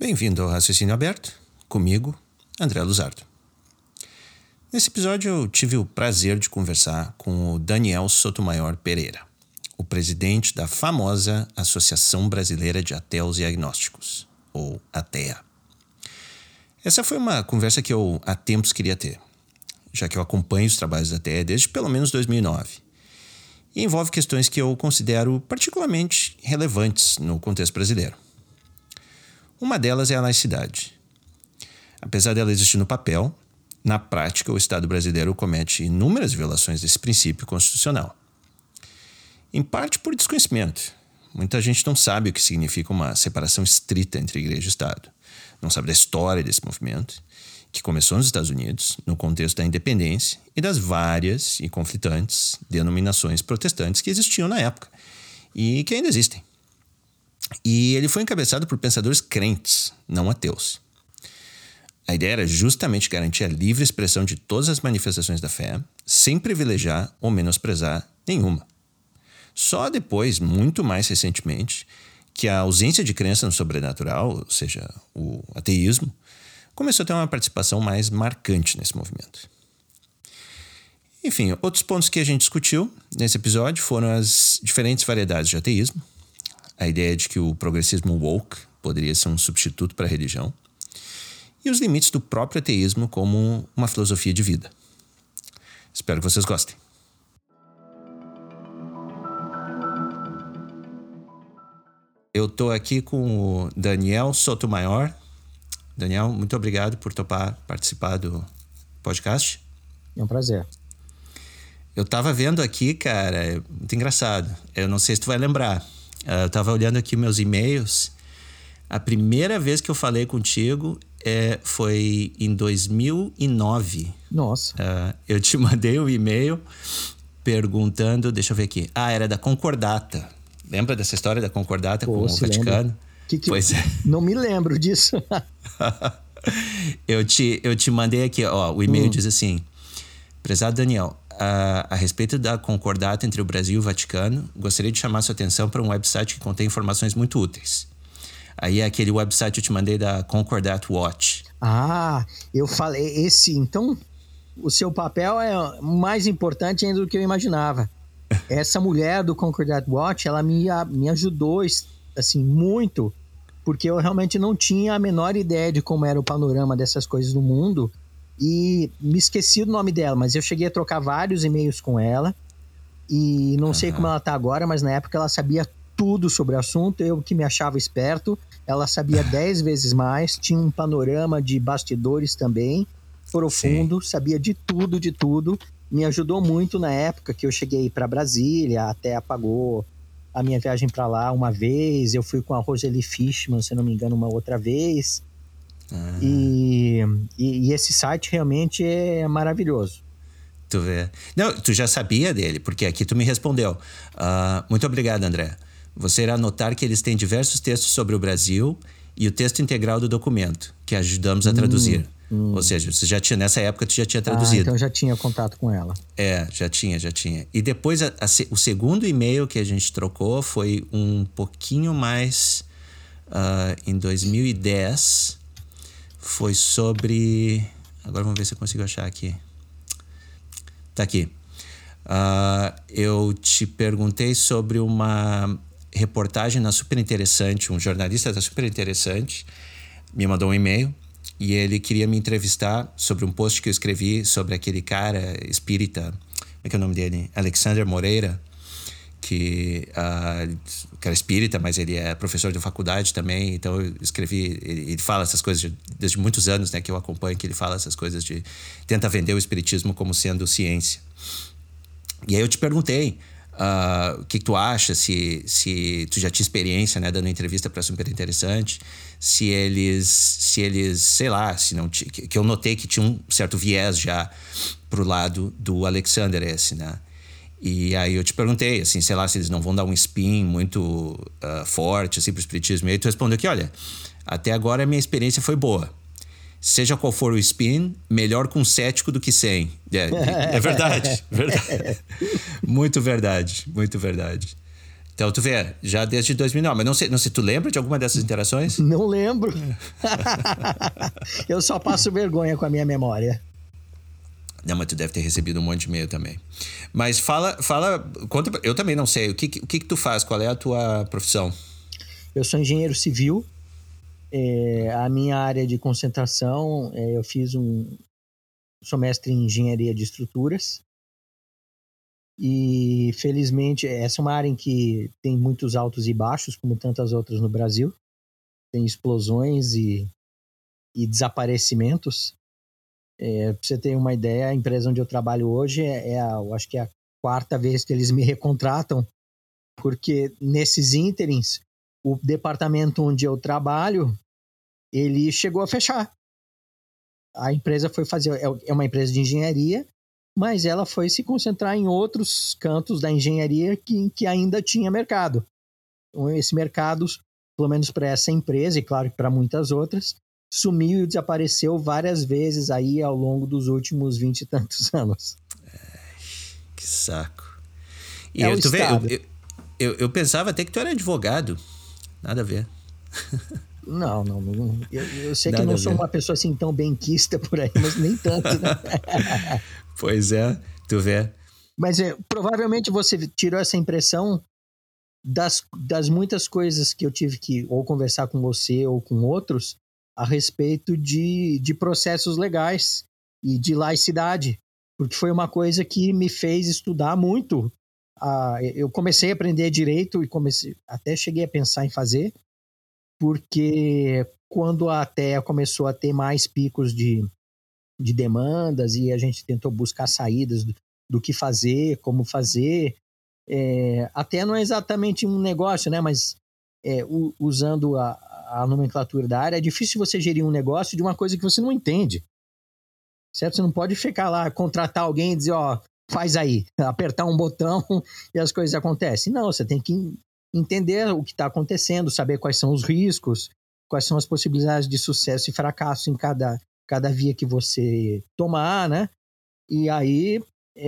Bem-vindo ao Raciocínio Aberto, comigo, André Luzardo. Nesse episódio eu tive o prazer de conversar com o Daniel Sotomayor Pereira, o presidente da famosa Associação Brasileira de Ateus e Agnósticos, ou ATEA. Essa foi uma conversa que eu há tempos queria ter, já que eu acompanho os trabalhos da ATEA desde pelo menos 2009, e envolve questões que eu considero particularmente relevantes no contexto brasileiro. Uma delas é a laicidade. Apesar dela existir no papel, na prática o Estado brasileiro comete inúmeras violações desse princípio constitucional. Em parte por desconhecimento. Muita gente não sabe o que significa uma separação estrita entre igreja e Estado. Não sabe da história desse movimento, que começou nos Estados Unidos, no contexto da independência e das várias e conflitantes denominações protestantes que existiam na época e que ainda existem. E ele foi encabeçado por pensadores crentes, não ateus. A ideia era justamente garantir a livre expressão de todas as manifestações da fé, sem privilegiar ou menosprezar nenhuma. Só depois, muito mais recentemente, que a ausência de crença no sobrenatural, ou seja, o ateísmo, começou a ter uma participação mais marcante nesse movimento. Enfim, outros pontos que a gente discutiu nesse episódio foram as diferentes variedades de ateísmo, a ideia de que o progressismo woke poderia ser um substituto para a religião, e os limites do próprio ateísmo como uma filosofia de vida. Espero que vocês gostem. Eu estou aqui com o Daniel Sotomayor. Daniel, muito obrigado por topar participar do podcast. É um prazer. Eu estava vendo aqui, cara, é muito engraçado. Eu não sei se tu vai lembrar. Eu estava olhando aqui meus e-mails. A primeira vez que eu falei contigo foi em 2009. Nossa. Eu te mandei um e-mail perguntando... Deixa eu ver aqui. Era da Concordata. Lembra dessa história da Concordata com o Vaticano? Pois é. Não me lembro disso. Eu te mandei aqui, ó. O e-mail diz assim: prezado Daniel, a respeito da concordata entre o Brasil e o Vaticano, gostaria de chamar sua atenção para um website que contém informações muito úteis. Aí é aquele website que eu te mandei da Concordat Watch. Eu falei, então o seu papel é mais importante ainda do que eu imaginava. Essa mulher do Concordat Watch, ela me ajudou assim, muito, porque eu realmente não tinha a menor ideia de como era o panorama dessas coisas no mundo. E me esqueci do nome dela, mas eu cheguei a trocar vários e-mails com ela. E não sei como ela tá agora, mas na época ela sabia tudo sobre o assunto. Eu que me achava esperto, ela sabia 10 vezes mais. Tinha um panorama de bastidores também, profundo. Sim. Sabia de tudo. Me ajudou muito na época que eu cheguei para Brasília. Até pagou a minha viagem para lá uma vez. Eu fui com a Roseli Fishman, se não me engano, uma outra vez. E esse site realmente é maravilhoso. Tu vê. Não, tu já sabia dele, porque aqui tu me respondeu. Muito obrigado, André. Você irá notar que eles têm diversos textos sobre o Brasil e o texto integral do documento, que ajudamos a traduzir. Ou seja, você já tinha, nessa época tu já tinha traduzido. Então já tinha contato com ela. Já tinha. E depois o segundo e-mail que a gente trocou foi um pouquinho mais em 2010. Foi sobre... Agora vamos ver se eu consigo achar aqui. Tá aqui. Eu te perguntei sobre uma reportagem na Super Interessante. Um jornalista da Super Interessante me mandou um e-mail e ele queria me entrevistar sobre um post que eu escrevi sobre aquele cara espírita. Como é que é o nome dele? Alexander Moreira. Que o cara é espírita, mas ele é professor de faculdade também. Então eu escrevi, ele fala essas coisas desde muitos anos, né, que eu acompanho, que ele fala essas coisas de... Tenta vender o espiritismo como sendo ciência. E aí eu te perguntei o que tu acha, se tu já tinha experiência, né, dando entrevista para Super Interessante, se eles, sei lá, se não que eu notei que tinha um certo viés já pro lado do Alexander esse, né? E aí eu te perguntei, assim, sei lá, se eles não vão dar um spin muito forte, assim, pro espiritismo. E aí tu respondeu que, olha, até agora a minha experiência foi boa. Seja qual for o spin, melhor com cético do que sem. É verdade, verdade. Muito verdade. Então, tu vê, já desde 2009. Mas não sei, tu lembra de alguma dessas interações? Não lembro. Eu só passo vergonha com a minha memória. Não, mas tu deve ter recebido um monte de e-mail também. Mas conta, eu também não sei. O que tu faz? Qual é a tua profissão? Eu sou engenheiro civil. A minha área de concentração, eu sou mestre em engenharia de estruturas. E, felizmente, essa é uma área em que tem muitos altos e baixos, como tantas outras no Brasil. Tem explosões e desaparecimentos. Pra você ter uma ideia, a empresa onde eu trabalho hoje eu acho que é a 4ª vez que eles me recontratam, porque nesses ínterins, o departamento onde eu trabalho, ele chegou a fechar. A empresa foi fazer, é uma empresa de engenharia, mas ela foi se concentrar em outros cantos da engenharia que ainda tinha mercado. Então, esse mercado, pelo menos para essa empresa, e claro que para muitas outras, sumiu e desapareceu várias vezes aí ao longo dos últimos 20 e tantos anos. Que saco. E o tu vê, estado. eu pensava até que tu era advogado. Nada a ver. Não. Eu sei Nada que não a sou ver. uma pessoa assim tão benquista por aí, mas nem tanto, né? Pois é, tu vê. Mas provavelmente você tirou essa impressão das muitas coisas que eu tive que ou conversar com você ou com outros a respeito de processos legais e de laicidade, porque foi uma coisa que me fez estudar muito. Eu comecei a aprender direito e até cheguei a pensar em fazer, porque quando a TEA começou a ter mais picos de demandas e a gente tentou buscar saídas do que fazer, como fazer, até não é exatamente um negócio, né? Mas usando a nomenclatura da área, é difícil você gerir um negócio de uma coisa que você não entende. Certo? Você não pode ficar lá, contratar alguém e dizer, ó, faz aí, apertar um botão e as coisas acontecem. Não, você tem que entender o que está acontecendo, saber quais são os riscos, quais são as possibilidades de sucesso e fracasso em cada via que você tomar, né? E aí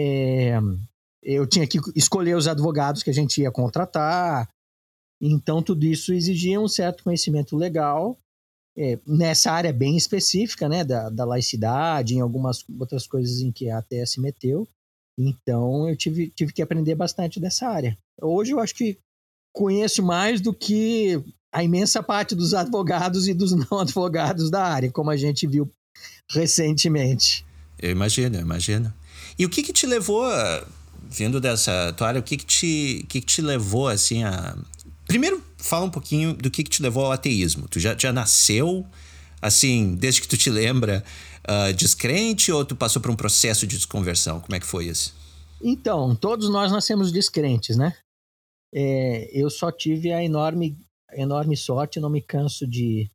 eu tinha que escolher os advogados que a gente ia contratar. Então, tudo isso exigia um certo conhecimento legal nessa área bem específica, né, da laicidade, em algumas outras coisas em que a ATE se meteu. Então, eu tive que aprender bastante dessa área. Hoje, eu acho que conheço mais do que a imensa parte dos advogados e dos não advogados da área, como a gente viu recentemente. Eu imagino. E o que te levou, vindo dessa tua área, o que te levou assim a... Primeiro, fala um pouquinho do que te levou ao ateísmo. Tu já nasceu, assim, desde que tu te lembra, descrente, ou tu passou por um processo de desconversão? Como é que foi isso? Então, todos nós nascemos descrentes, né? Eu só tive a enorme sorte, não me canso de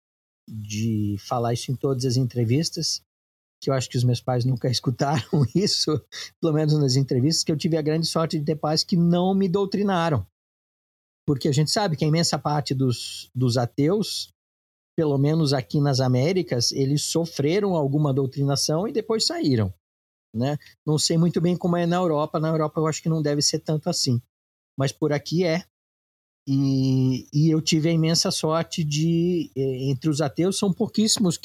falar isso em todas as entrevistas, que eu acho que os meus pais nunca escutaram isso, pelo menos nas entrevistas, que eu tive a grande sorte de ter pais que não me doutrinaram. Porque a gente sabe que a imensa parte dos ateus, pelo menos aqui nas Américas, eles sofreram alguma doutrinação e depois saíram, né? Não sei muito bem como é na Europa. Na Europa eu acho que não deve ser tanto assim. Mas por aqui é. E eu tive a imensa sorte de, entre os ateus, são pouquíssimos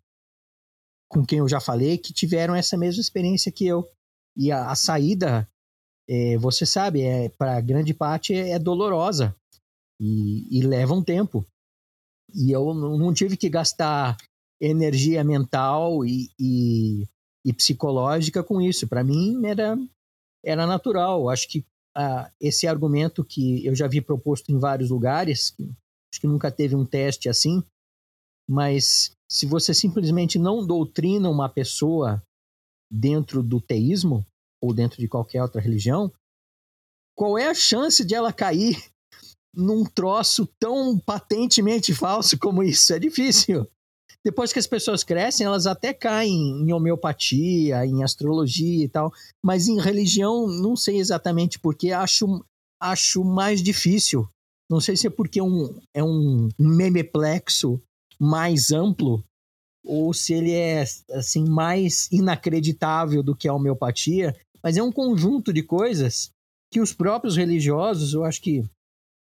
com quem eu já falei, que tiveram essa mesma experiência que eu. E a saída, você sabe, para grande parte é dolorosa e leva um tempo. E eu não tive que gastar energia mental e psicológica com isso. Para mim era natural. Acho que esse argumento que eu já vi proposto em vários lugares, acho que nunca teve um teste assim, mas se você simplesmente não doutrina uma pessoa dentro do teísmo ou dentro de qualquer outra religião, qual é a chance de ela cair num troço tão patentemente falso como isso? É difícil. Depois que as pessoas crescem, elas até caem em homeopatia, em astrologia e tal, mas em religião, não sei exatamente porque, acho mais difícil. Não sei se é porque é um memeplexo mais amplo, ou se ele é assim, mais inacreditável do que a homeopatia, mas é um conjunto de coisas que os próprios religiosos, eu acho que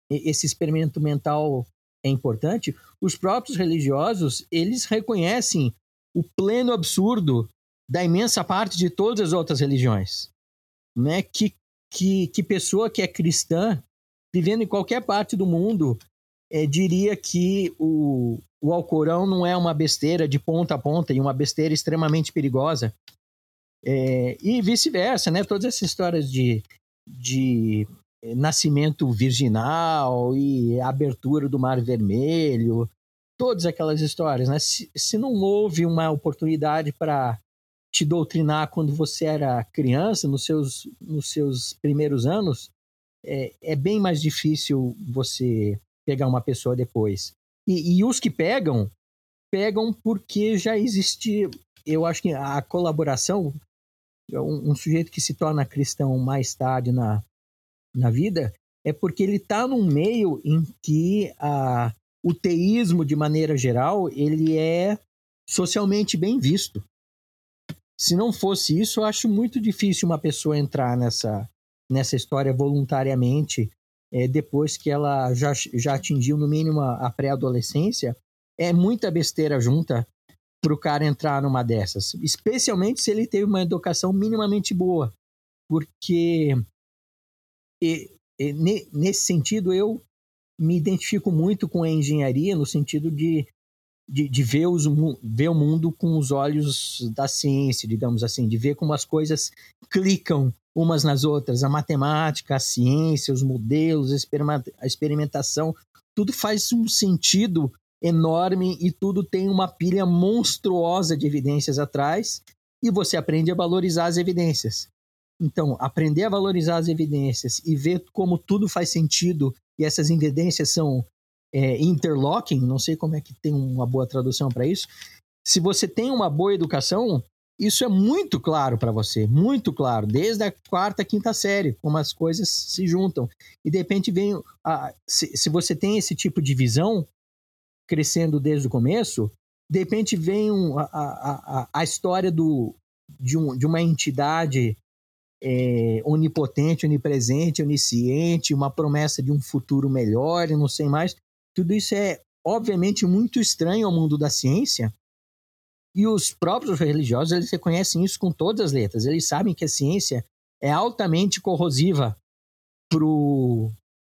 esse experimento mental é importante, os próprios religiosos, eles reconhecem o pleno absurdo da imensa parte de todas as outras religiões, né? Que pessoa que é cristã, vivendo em qualquer parte do mundo, diria que o Alcorão não é uma besteira de ponta a ponta e uma besteira extremamente perigosa. E vice-versa, né? Todas essas histórias de nascimento virginal e abertura do Mar Vermelho, todas aquelas histórias, né? Se não houve uma oportunidade para te doutrinar quando você era criança, nos seus primeiros anos, é bem mais difícil você pegar uma pessoa depois. E os que pegam porque já existe, eu acho que a colaboração, um sujeito que se torna cristão mais tarde na vida, é porque ele está num meio em que o teísmo, de maneira geral, ele é socialmente bem visto. Se não fosse isso, eu acho muito difícil uma pessoa entrar nessa história voluntariamente, depois que ela já atingiu, no mínimo, a pré-adolescência. É muita besteira junta para o cara entrar numa dessas, especialmente se ele teve uma educação minimamente boa, porque nesse sentido eu me identifico muito com a engenharia, no sentido de ver o mundo com os olhos da ciência, digamos assim, de ver como as coisas clicam umas nas outras, a matemática, a ciência, os modelos, a experimentação, tudo faz um sentido enorme e tudo tem uma pilha monstruosa de evidências atrás, e você aprende a valorizar as evidências. Então, aprender a valorizar as evidências e ver como tudo faz sentido, e essas evidências são interlocking, não sei como é que tem uma boa tradução para isso. Se você tem uma boa educação, isso é muito claro para você, muito claro, desde a quarta, quinta série, como as coisas se juntam. E de repente vem, se você tem esse tipo de visão, crescendo desde o começo, de repente vem a história de uma entidade onipotente, onipresente, onisciente, uma promessa de um futuro melhor e não sei mais. Tudo isso é, obviamente, muito estranho ao mundo da ciência, e os próprios religiosos, eles reconhecem isso com todas as letras. Eles sabem que a ciência é altamente corrosiva pro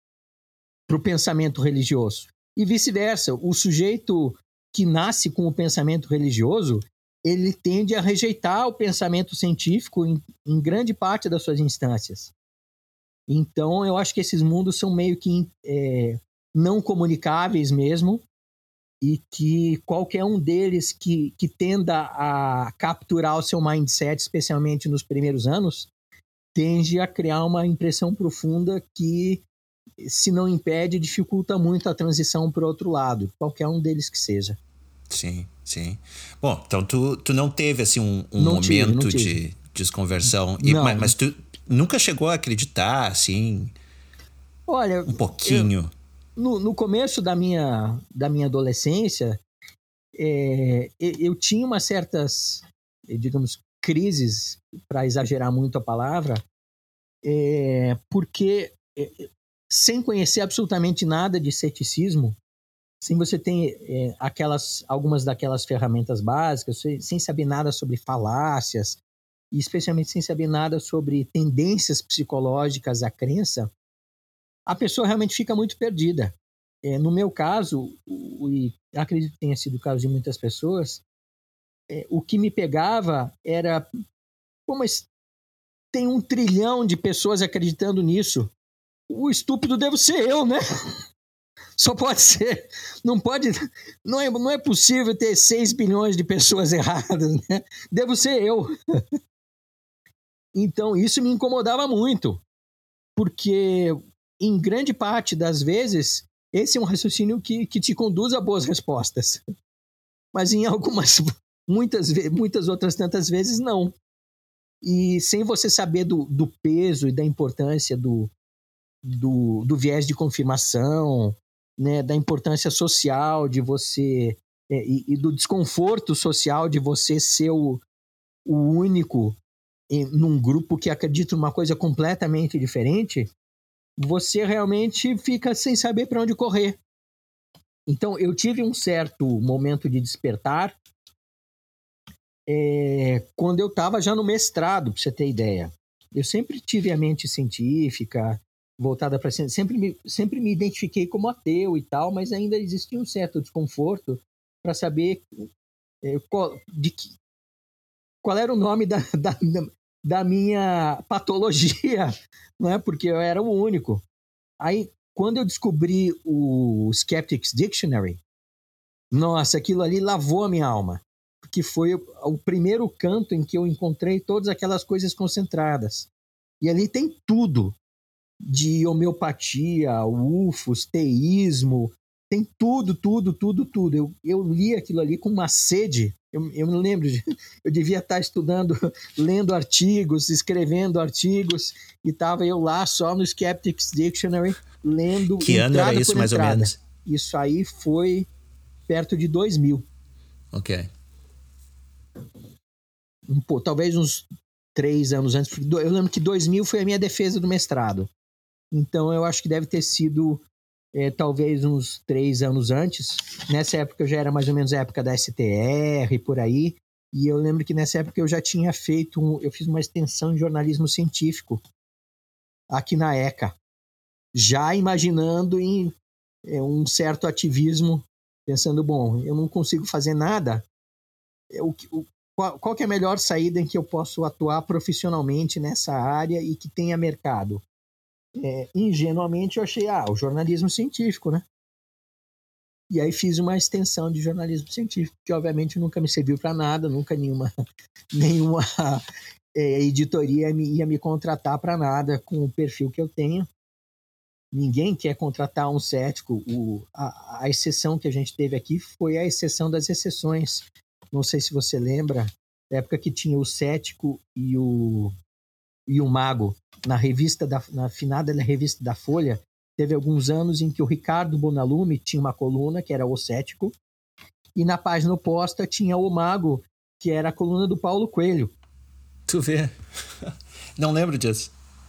pensamento religioso. E vice-versa, o sujeito que nasce com o pensamento religioso, ele tende a rejeitar o pensamento científico em grande parte das suas instâncias. Então, eu acho que esses mundos são meio que não comunicáveis mesmo, e que qualquer um deles que tenda a capturar o seu mindset, especialmente nos primeiros anos, tende a criar uma impressão profunda que, se não impede, dificulta muito a transição para o outro lado, qualquer um deles que seja. Sim, sim. Bom, então tu não teve assim um momento de desconversão, mas tu nunca chegou a acreditar assim? Olha, um pouquinho. No começo da minha adolescência, eu tinha umas certas, digamos, crises, para exagerar muito a palavra, porque sem conhecer absolutamente nada de ceticismo, sem você ter algumas daquelas ferramentas básicas, sem saber nada sobre falácias, e especialmente sem saber nada sobre tendências psicológicas à crença, a pessoa realmente fica muito perdida. No meu caso, e acredito que tenha sido o caso de muitas pessoas, o que me pegava era: pô, mas tem 1 trilhão de pessoas acreditando nisso. O estúpido devo ser eu, né? Só pode ser. Não é possível ter 6 bilhões de pessoas erradas, né? Devo ser eu. Então, isso me incomodava muito, porque em grande parte das vezes, esse é um raciocínio que te conduz a boas respostas. Mas em muitas outras tantas vezes, não. E sem você saber do peso e da importância do viés de confirmação, né, da importância social de você, e do desconforto social de você ser o único num grupo que acredita numa coisa completamente diferente, você realmente fica sem saber para onde correr. Então, eu tive um certo momento de despertar quando eu estava já no mestrado, para você ter ideia. Eu sempre tive a mente científica, voltada para a ciência, sempre me identifiquei como ateu e tal, mas ainda existia um certo desconforto para saber qual era o nome da minha patologia, né? Porque eu era o único. Aí, quando eu descobri o Skeptics Dictionary, nossa, aquilo ali lavou a minha alma. Porque foi o primeiro canto em que eu encontrei todas aquelas coisas concentradas. E ali tem tudo, de homeopatia, ufos, teísmo, tem tudo. Eu li aquilo ali com uma sede. Eu me lembro, eu devia estar estudando, lendo artigos, escrevendo artigos, e estava eu lá só no Skeptics Dictionary, lendo Que ano era isso, mais ou menos? Isso aí foi perto de 2000. Ok. Talvez uns 3 anos antes. Eu lembro que 2000 foi a minha defesa do mestrado. Então, eu acho que deve ter sido talvez uns 3 anos antes. Nessa época, eu já era mais ou menos a época da STR, por aí. E eu lembro que nessa época eu já tinha eu fiz uma extensão em jornalismo científico aqui na ECA. Já imaginando em um certo ativismo, pensando, bom, eu não consigo fazer nada. Qual que é a melhor saída em que eu posso atuar profissionalmente nessa área e que tenha mercado? Ingenuamente eu achei, o jornalismo científico, né? E aí fiz uma extensão de jornalismo científico, que obviamente nunca me serviu para nada, nunca nenhuma editoria ia me contratar para nada com o perfil que eu tenho. Ninguém quer contratar um cético. A exceção que a gente teve aqui foi a exceção das exceções. Não sei se você lembra, na época que tinha o cético e o mago na finada da revista da Folha. Teve alguns anos em que o Ricardo Bonalume tinha uma coluna que era o cético, e na página oposta tinha o mago, que era a coluna do Paulo Coelho. Tu vê? Não lembro disso.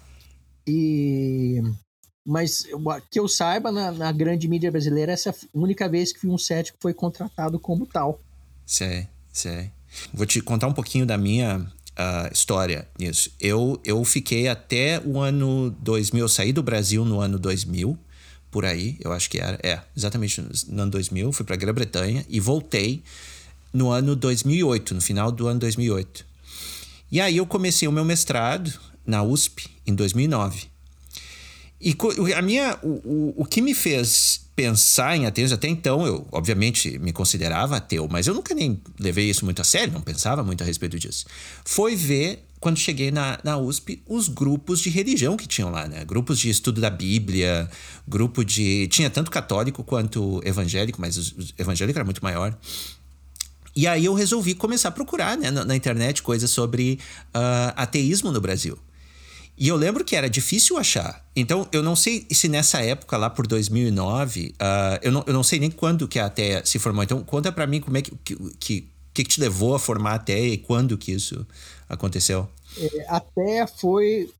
Mas que eu saiba, na grande mídia brasileira, essa é a única vez que um cético foi contratado como tal. Sei. Vou te contar um pouquinho da minha história nisso. Eu fiquei até o ano 2000, eu saí do Brasil no ano 2000, por aí, eu acho que era. Exatamente no ano 2000, fui para a Grã-Bretanha e voltei no ano 2008, no final do ano 2008. E aí eu comecei o meu mestrado na USP em 2009. E o que me fez pensar em ateus, até então eu obviamente me considerava ateu, mas eu nunca nem levei isso muito a sério, não pensava muito a respeito disso. Foi ver, quando cheguei na USP, os grupos de religião que tinham lá, né? Grupos de estudo da Bíblia, tinha tanto católico quanto evangélico, mas o evangélico era muito maior. E aí eu resolvi começar a procurar, né, na internet coisas sobre ateísmo no Brasil. E eu lembro que era difícil achar. Então, eu não sei se nessa época, lá por 2009, eu não sei nem quando que a Ateia se formou. Então, conta pra mim como é que te levou a formar a Ateia e quando que isso aconteceu. A Ateia foi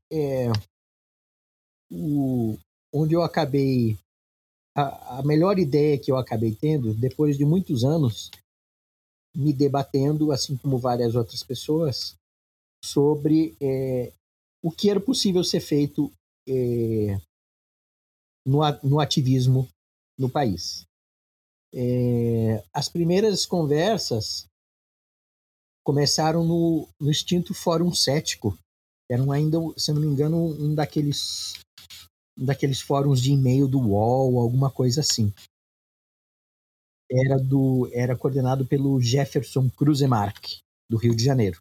onde eu acabei... A melhor ideia que eu acabei tendo, depois de muitos anos me debatendo, assim como várias outras pessoas, sobre... o que era possível ser feito no ativismo no país. As primeiras conversas começaram no extinto Fórum Cético. Eram ainda, se não me engano, um daqueles fóruns de e-mail do UOL, alguma coisa assim. Era coordenado pelo Jefferson Krusemark, do Rio de Janeiro.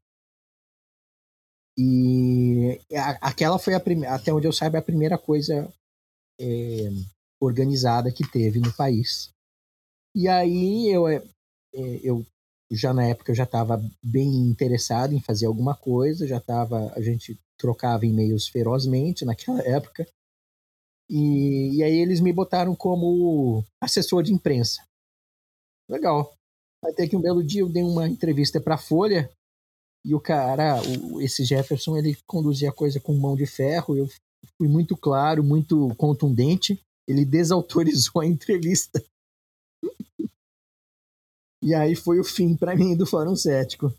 E aquela foi até onde eu saiba, a primeira coisa organizada que teve no país. E aí eu já na época eu já estava bem interessado em fazer alguma coisa, a gente trocava e-mails ferozmente naquela época, e aí eles me botaram como assessor de imprensa. Legal. Até que um belo dia eu dei uma entrevista para a Folha, e o cara, esse Jefferson, ele conduzia a coisa com mão de ferro. Eu fui muito claro, muito contundente. Ele desautorizou a entrevista. E aí foi o fim para mim do Fórum Cético.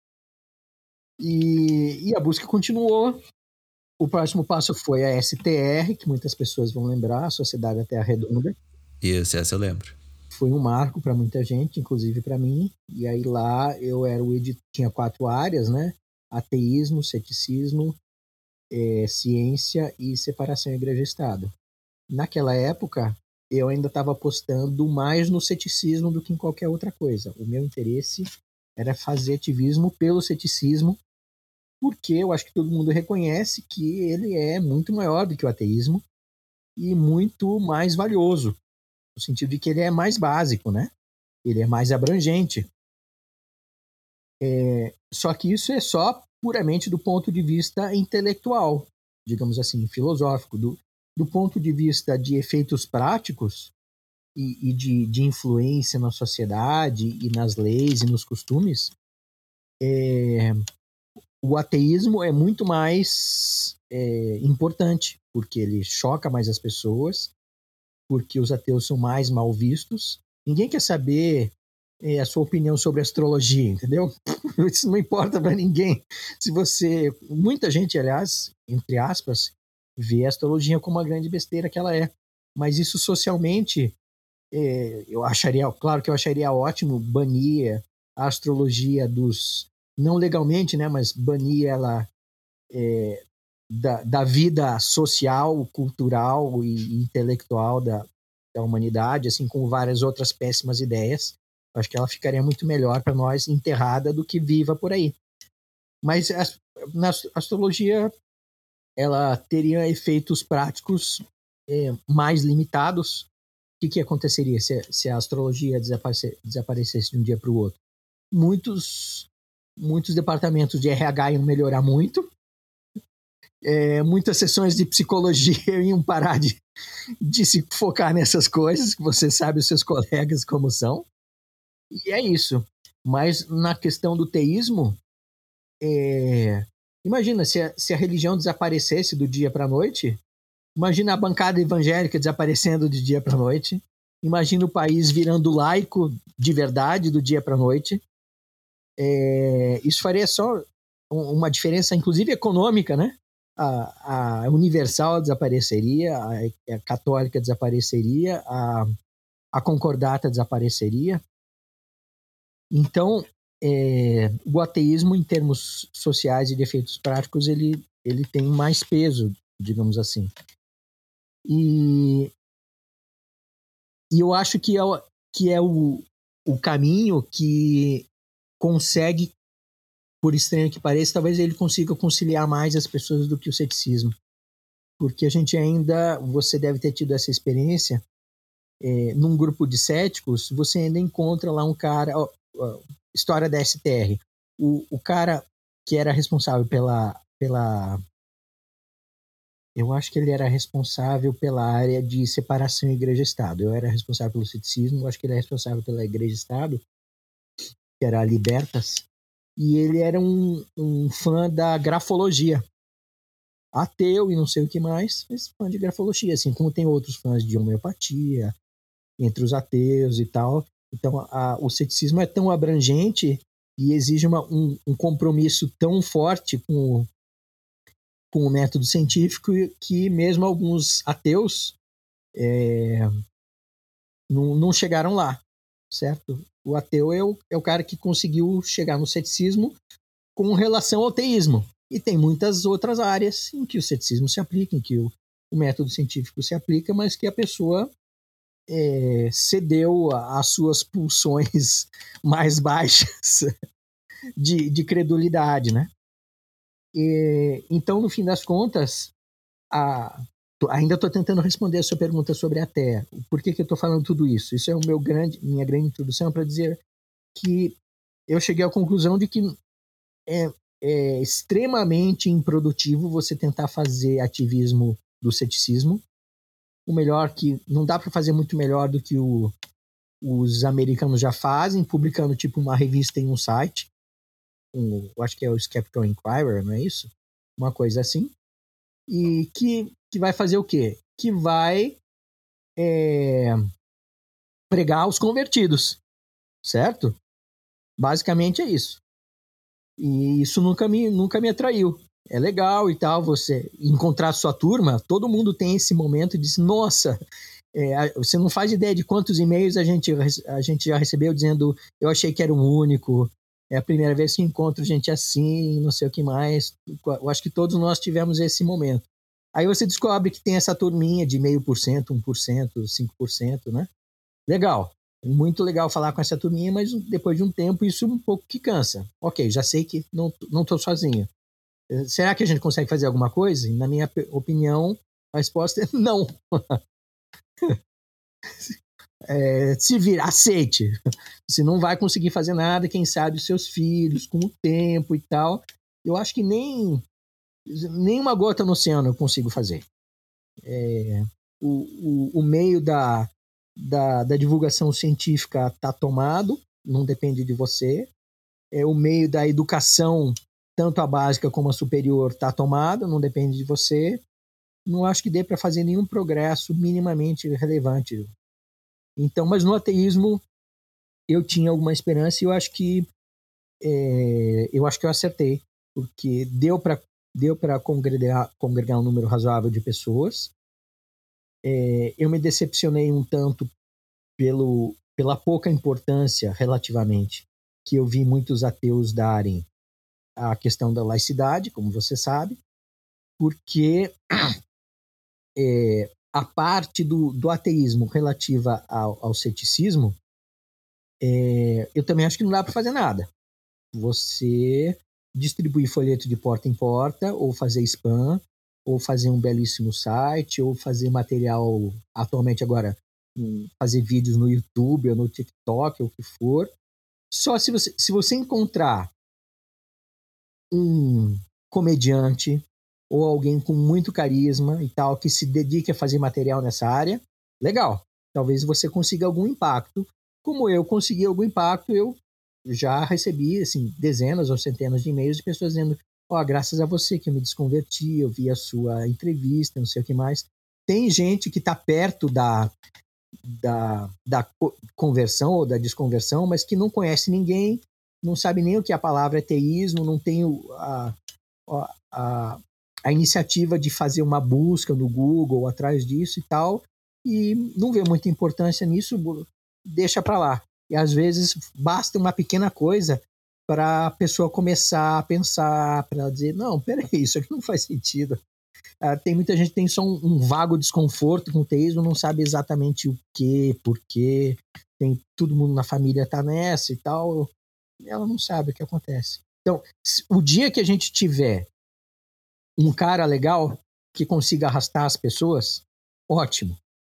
E a busca continuou. O próximo passo foi a STR, que muitas pessoas vão lembrar, a Sociedade da Terra Redonda. Isso, essa eu lembro. Foi um marco para muita gente, inclusive para mim. E aí lá eu era o editor, tinha 4 áreas, né? Ateísmo, ceticismo, ciência e separação igreja-estado. Naquela época, eu ainda estava apostando mais no ceticismo do que em qualquer outra coisa. O meu interesse era fazer ativismo pelo ceticismo, porque eu acho que todo mundo reconhece que ele é muito maior do que o ateísmo e muito mais valioso, no sentido de que ele é mais básico, né? Ele é mais abrangente. Só que isso é só puramente do ponto de vista intelectual, digamos assim, filosófico. Do ponto de vista de efeitos práticos e de influência na sociedade e nas leis e nos costumes, o ateísmo é muito mais importante, porque ele choca mais as pessoas, porque os ateus são mais mal vistos. Ninguém quer saber a sua opinião sobre astrologia, entendeu? Isso não importa para ninguém. Se você... Muita gente, aliás, entre aspas, vê a astrologia como uma grande besteira que ela é. Mas isso socialmente, eu acharia... Claro que eu acharia ótimo banir a astrologia dos... Não legalmente, né? Mas banir ela da vida social, cultural e intelectual da humanidade, assim como várias outras péssimas ideias. Acho que ela ficaria muito melhor para nós enterrada do que viva por aí. Mas na astrologia ela teria efeitos práticos mais limitados. O que aconteceria se a astrologia desaparecesse de um dia para o outro? Muitos departamentos de RH iam melhorar muito. Muitas sessões de psicologia iam parar de se focar nessas coisas, que você sabe os seus colegas como são. E é isso. Mas na questão do teísmo, imagina se a religião desaparecesse do dia para a noite. Imagina a bancada evangélica desaparecendo de dia para a noite. Imagina o país virando laico de verdade do dia para a noite. Isso faria só uma diferença, inclusive econômica, né? A universal desapareceria, a católica desapareceria, a concordata desapareceria. Então, o ateísmo, em termos sociais e de efeitos práticos, ele tem mais peso, digamos assim. E eu acho que é o caminho que consegue, por estranho que pareça, talvez ele consiga conciliar mais as pessoas do que o ceticismo. Porque a gente ainda, você deve ter tido essa experiência, num grupo de céticos, você ainda encontra lá um cara, história da STR, o cara que era responsável pela eu acho que ele era responsável pela área de separação igreja-estado. Eu era responsável pelo ceticismo, eu acho que ele é responsável pela igreja-estado, que era a Libertas, e ele era um fã da grafologia. Ateu e não sei o que mais, mas fã de grafologia, assim como tem outros fãs de homeopatia, entre os ateus e tal. Então, o ceticismo é tão abrangente e exige um compromisso tão forte com o método científico que mesmo alguns ateus não chegaram lá, certo? O ateu é o cara que conseguiu chegar no ceticismo com relação ao teísmo. E tem muitas outras áreas em que o ceticismo se aplica, em que o método científico se aplica, mas que a pessoa cedeu às suas pulsões mais baixas de credulidade, né? Então, no fim das contas, ainda estou tentando responder a sua pergunta sobre a Terra. Por que eu estou falando tudo isso? Isso é minha grande introdução para dizer que eu cheguei à conclusão de que é extremamente improdutivo você tentar fazer ativismo do ceticismo. O melhor que... Não dá para fazer muito melhor do que os americanos já fazem, publicando tipo uma revista em um site. Eu acho que é o Skeptical Inquirer, não é isso? Uma coisa assim. e que vai fazer o quê? Que vai pregar os convertidos, certo? Basicamente é isso. E isso nunca me atraiu. É legal e tal, você encontrar sua turma, todo mundo tem esse momento de dizer, nossa, você não faz ideia de quantos e-mails a gente já recebeu dizendo, eu achei que era o único, é a primeira vez que encontro gente assim, não sei o que mais. Eu acho que todos nós tivemos esse momento. Aí você descobre que tem essa turminha de 0,5%, 1%, 5%, né? Legal. Muito legal falar com essa turminha, mas depois de um tempo isso um pouco que cansa. Ok, já sei que não estou sozinho. Será que a gente consegue fazer alguma coisa? Na minha opinião, a resposta é não. Se vira, aceite. Você não vai conseguir fazer nada, quem sabe os seus filhos, com o tempo e tal. Eu acho que nem uma gota no oceano eu consigo fazer. O meio da divulgação científica está tomado, não depende de você. O meio da educação, tanto a básica como a superior, está tomado, não depende de você. Não acho que dê para fazer nenhum progresso minimamente relevante. Então, mas no ateísmo eu tinha alguma esperança e eu acho que eu acertei, porque deu para congregar um número razoável de pessoas. Eu me decepcionei um tanto pela pouca importância, relativamente, que eu vi muitos ateus darem à questão da laicidade, como você sabe, porque a parte do ateísmo relativa ao ceticismo, eu também acho que não dá para fazer nada. Você distribuir folheto de porta em porta, ou fazer spam, ou fazer um belíssimo site, ou fazer material, atualmente agora, fazer vídeos no YouTube ou no TikTok, ou o que for. Só se você encontrar um comediante ou alguém com muito carisma e tal, que se dedique a fazer material nessa área, legal. Talvez você consiga algum impacto. Como eu consegui algum impacto, eu já recebi assim, dezenas ou centenas de e-mails de pessoas dizendo, graças a você que eu me desconverti, eu vi a sua entrevista, não sei o que mais. Tem gente que está perto da conversão ou da desconversão, mas que não conhece ninguém, não sabe nem o que a palavra é teísmo, não tem a iniciativa de fazer uma busca no Google atrás disso e tal, e não vê muita importância nisso, deixa para lá. E às vezes basta uma pequena coisa para a pessoa começar a pensar, para dizer, não, peraí, isso aqui não faz sentido. Tem muita gente que tem só um vago desconforto com o teísmo, não sabe exatamente o que, por quê, tem todo mundo na família tá nessa e tal, ela não sabe o que acontece. Então, o dia que a gente tiver um cara legal que consiga arrastar as pessoas, ótimo.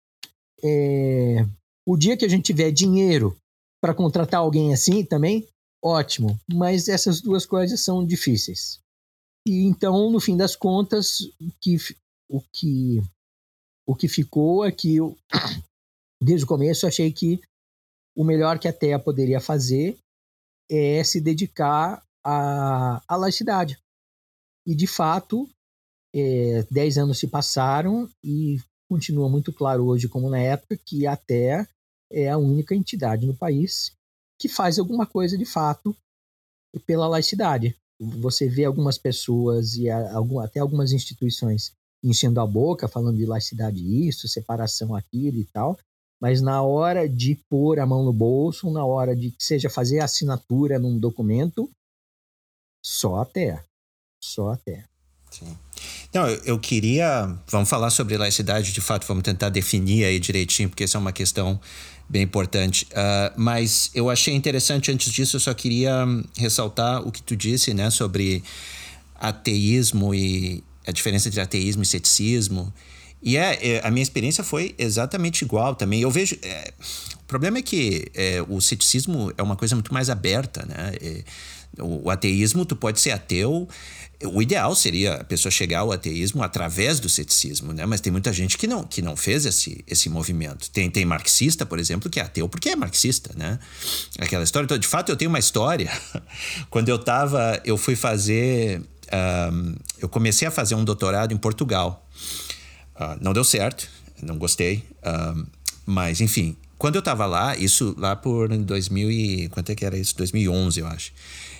O dia que a gente tiver dinheiro para contratar alguém assim também, ótimo. Mas essas duas coisas são difíceis. E então, no fim das contas, o que ficou é que eu, desde o começo, achei que o melhor que a TEA poderia fazer é se dedicar à laicidade. E, de fato, 10 anos se passaram e continua muito claro hoje, como na época, que a TEA é a única entidade no país que faz alguma coisa, de fato, pela laicidade. Você vê algumas pessoas e até algumas instituições enchendo a boca, falando de laicidade isso, separação aquilo e tal, mas na hora de pôr a mão no bolso, na hora de, seja fazer a assinatura num documento, só a TEA. Só a TEA. Sim. Não, eu queria... Vamos falar sobre laicidade, de fato, vamos tentar definir aí direitinho, porque essa é uma questão bem importante. Mas eu achei interessante, antes disso, eu só queria ressaltar o que tu disse, né, sobre ateísmo e a diferença entre ateísmo e ceticismo. E a minha experiência foi exatamente igual também. Eu vejo... o problema é que o ceticismo é uma coisa muito mais aberta, né? O ateísmo, tu pode ser ateu. O ideal seria a pessoa chegar ao ateísmo através do ceticismo, né? Mas tem muita gente que não fez esse movimento. Tem marxista, por exemplo, que é ateu porque é marxista, né? Aquela história. Então, de fato, eu tenho uma história. Quando eu fui fazer eu comecei a fazer um doutorado em Portugal. Não deu certo, não gostei. Mas, enfim, quando eu estava lá, isso lá por 2000 e... Quanto é que era isso? 2011, eu acho.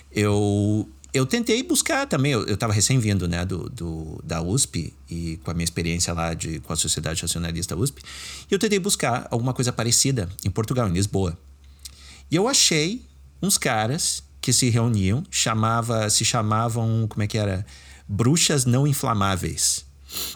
Eu tentei buscar também, eu estava recém-vindo, né, da USP, e com a minha experiência lá com a Sociedade Racionalista USP, e eu tentei buscar alguma coisa parecida em Portugal, em Lisboa. E eu achei uns caras que se reuniam, se chamavam, como é que era? Bruxas Não Inflamáveis.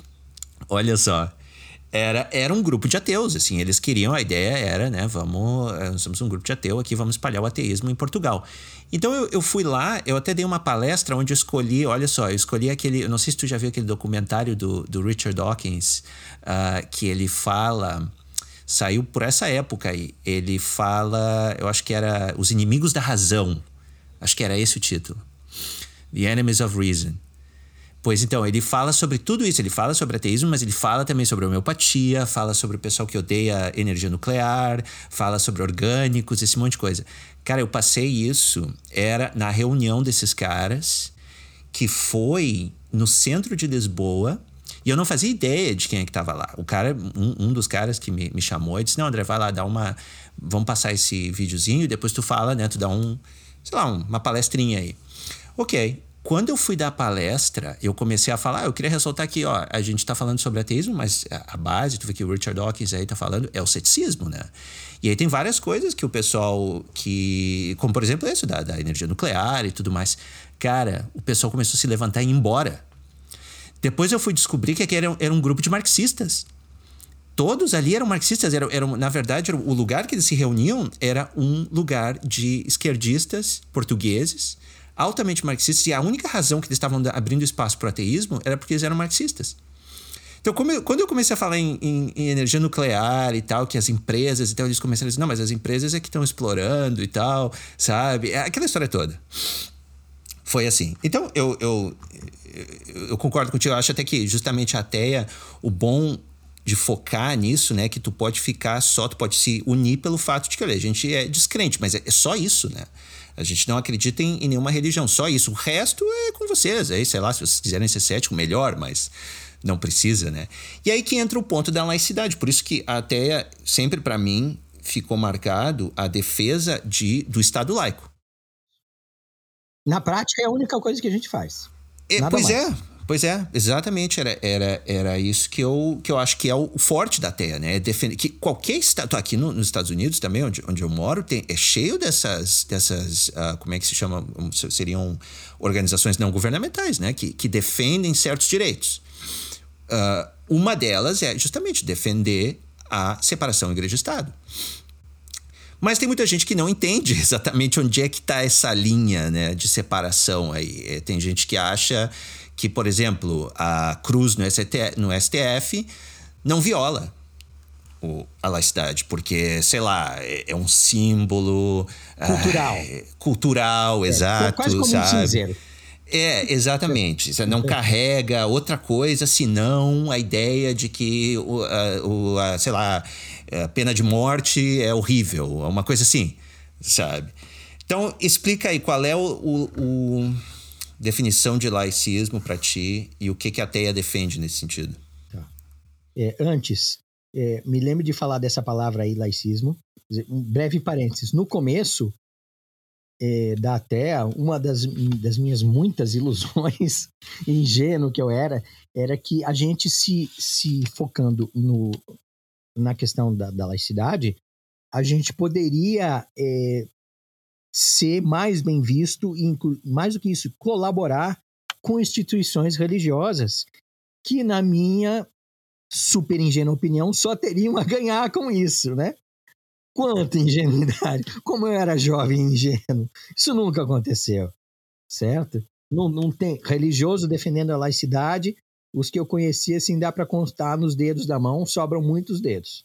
Olha só. Era um grupo de ateus, assim, eles queriam, a ideia era, né, nós somos um grupo de ateu aqui, vamos espalhar o ateísmo em Portugal. Então eu fui lá, eu até dei uma palestra onde eu escolhi, olha só, eu escolhi aquele, eu não sei se tu já viu aquele documentário do Richard Dawkins, que ele fala, saiu por essa época aí, ele fala, eu acho que era Os Inimigos da Razão, acho que era esse o título, The Enemies of Reason. Pois então, ele fala sobre tudo isso, ele fala sobre ateísmo, mas ele fala também sobre homeopatia, fala sobre o pessoal que odeia energia nuclear, fala sobre orgânicos, esse monte de coisa. Cara, eu passei isso, era na reunião desses caras, que foi no centro de Lisboa, e eu não fazia ideia de quem é que estava lá. O cara, um dos caras que me chamou, e disse, não, André, vai lá, vamos passar esse videozinho, e depois tu fala, né, tu dá uma palestrinha aí. Ok. Quando eu fui dar a palestra, eu comecei a falar, eu queria ressaltar aqui, ó, a gente está falando sobre ateísmo, mas a base, tu vê que o Richard Dawkins aí está falando, é o ceticismo, né? E aí tem várias coisas que o pessoal como por exemplo isso, da energia nuclear e tudo mais. Cara, o pessoal começou a se levantar e ir embora. Depois eu fui descobrir que era um grupo de marxistas. Todos ali eram marxistas, na verdade, o lugar que eles se reuniam era um lugar de esquerdistas portugueses, altamente marxistas, e a única razão que eles estavam abrindo espaço para o ateísmo era porque eles eram marxistas. Então, quando eu comecei a falar em energia nuclear e tal, que as empresas, então eles começaram a dizer, não, mas as empresas é que estão explorando e tal, sabe? Aquela história toda. Foi assim. Então, eu concordo contigo, eu acho até que justamente a ateia, o bom de focar nisso, né, que tu pode se unir pelo fato de que, olha, a gente é descrente, mas é só isso, né? A gente não acredita em nenhuma religião, só isso. O resto é com vocês. Aí, sei lá, se vocês quiserem ser cético, melhor, mas não precisa, né? E aí que entra o ponto da laicidade. Por isso que até sempre, para mim, ficou marcado a defesa do Estado laico. Na prática, é a única coisa que a gente faz. Nada mais. Pois é, exatamente, era isso que eu acho que é o forte da ateia, né? Defender que qualquer estado, aqui nos Estados Unidos também, onde eu moro, é cheio dessas como é que se chama? Seriam organizações não governamentais, né? Que defendem certos direitos. Uma delas é justamente defender a separação igreja-estado. Mas tem muita gente que não entende exatamente onde é que está essa linha, né, de separação aí. Tem gente que acha que, por exemplo, a cruz no STF não viola a laicidade, porque, sei lá, é um símbolo cultural, exato, quase como sabe? um cinzeiro. Exatamente. Você não carrega outra coisa senão a ideia de que, sei lá, a pena de morte é horrível, uma coisa assim, sabe? Então, explica aí qual é a definição de laicismo para ti e o que a ateia defende nesse sentido. Tá. Antes, me lembro de falar dessa palavra aí, laicismo. Um breve parênteses. No começo da ateia, uma das minhas muitas ilusões, ingênuo que eu era que a gente se focando na questão da laicidade, a gente poderia ser mais bem visto e, mais do que isso, colaborar com instituições religiosas que, na minha super ingênua opinião, só teriam a ganhar com isso, né? Quanta ingenuidade! Como eu era jovem e ingênuo, isso nunca aconteceu, certo? Não tem religioso defendendo a laicidade. Os que eu conhecia, assim, dá para contar nos dedos da mão, sobram muitos dedos.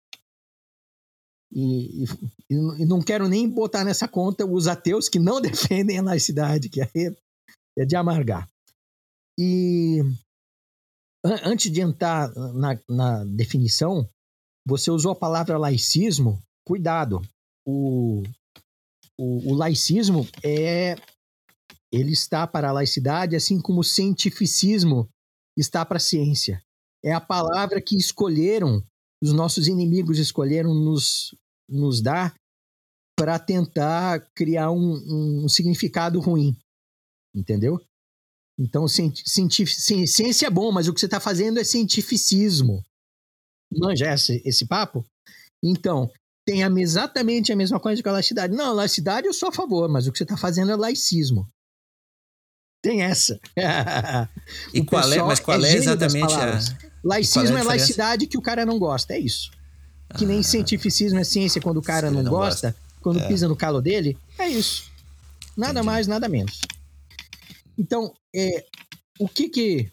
E não quero nem botar nessa conta os ateus que não defendem a laicidade, que é de amargar. E antes de entrar na definição, você usou a palavra laicismo. Cuidado. O laicismo ele está para a laicidade, assim como o cientificismo está para a ciência. É a palavra que escolheram, os nossos inimigos escolheram nos dar para tentar criar um significado ruim, entendeu? Então, ciência é bom, mas o que você está fazendo é cientificismo. Manja esse papo? Então, tem exatamente a mesma coisa com a laicidade. Não, laicidade eu sou a favor, mas o que você está fazendo é laicismo. Tem essa. E qual é exatamente a... Laicismo é laicidade que o cara não gosta, é isso. Que nem cientificismo é ciência quando o cara não gosta, quando pisa no calo dele, é isso. Nada mais, nada menos. Então, o que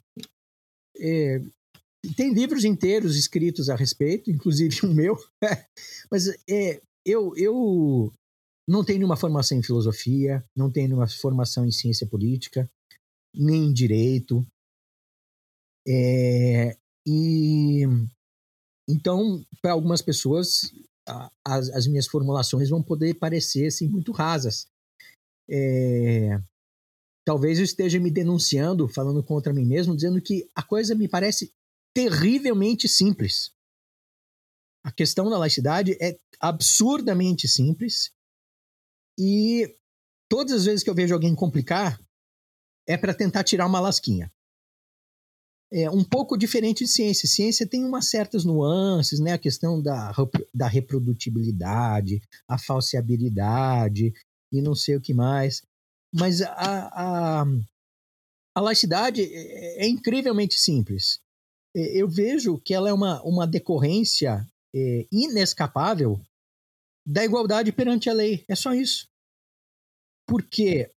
tem livros inteiros escritos a respeito, inclusive o meu, mas eu não tenho nenhuma formação em filosofia, não tenho nenhuma formação em ciência política, nem em direito. E então, para algumas pessoas, as minhas formulações vão poder parecer assim, muito rasas. Talvez eu esteja me denunciando, falando contra mim mesmo, dizendo que a coisa me parece terrivelmente simples. A questão da laicidade é absurdamente simples e todas as vezes que eu vejo alguém complicar é para tentar tirar uma lasquinha. É um pouco diferente de ciência. Ciência tem umas certas nuances, né? A questão da reprodutibilidade, a falseabilidade e não sei o que mais. Mas a laicidade é incrivelmente simples. Eu vejo que ela é uma decorrência inescapável da igualdade perante a lei. É só isso. Porque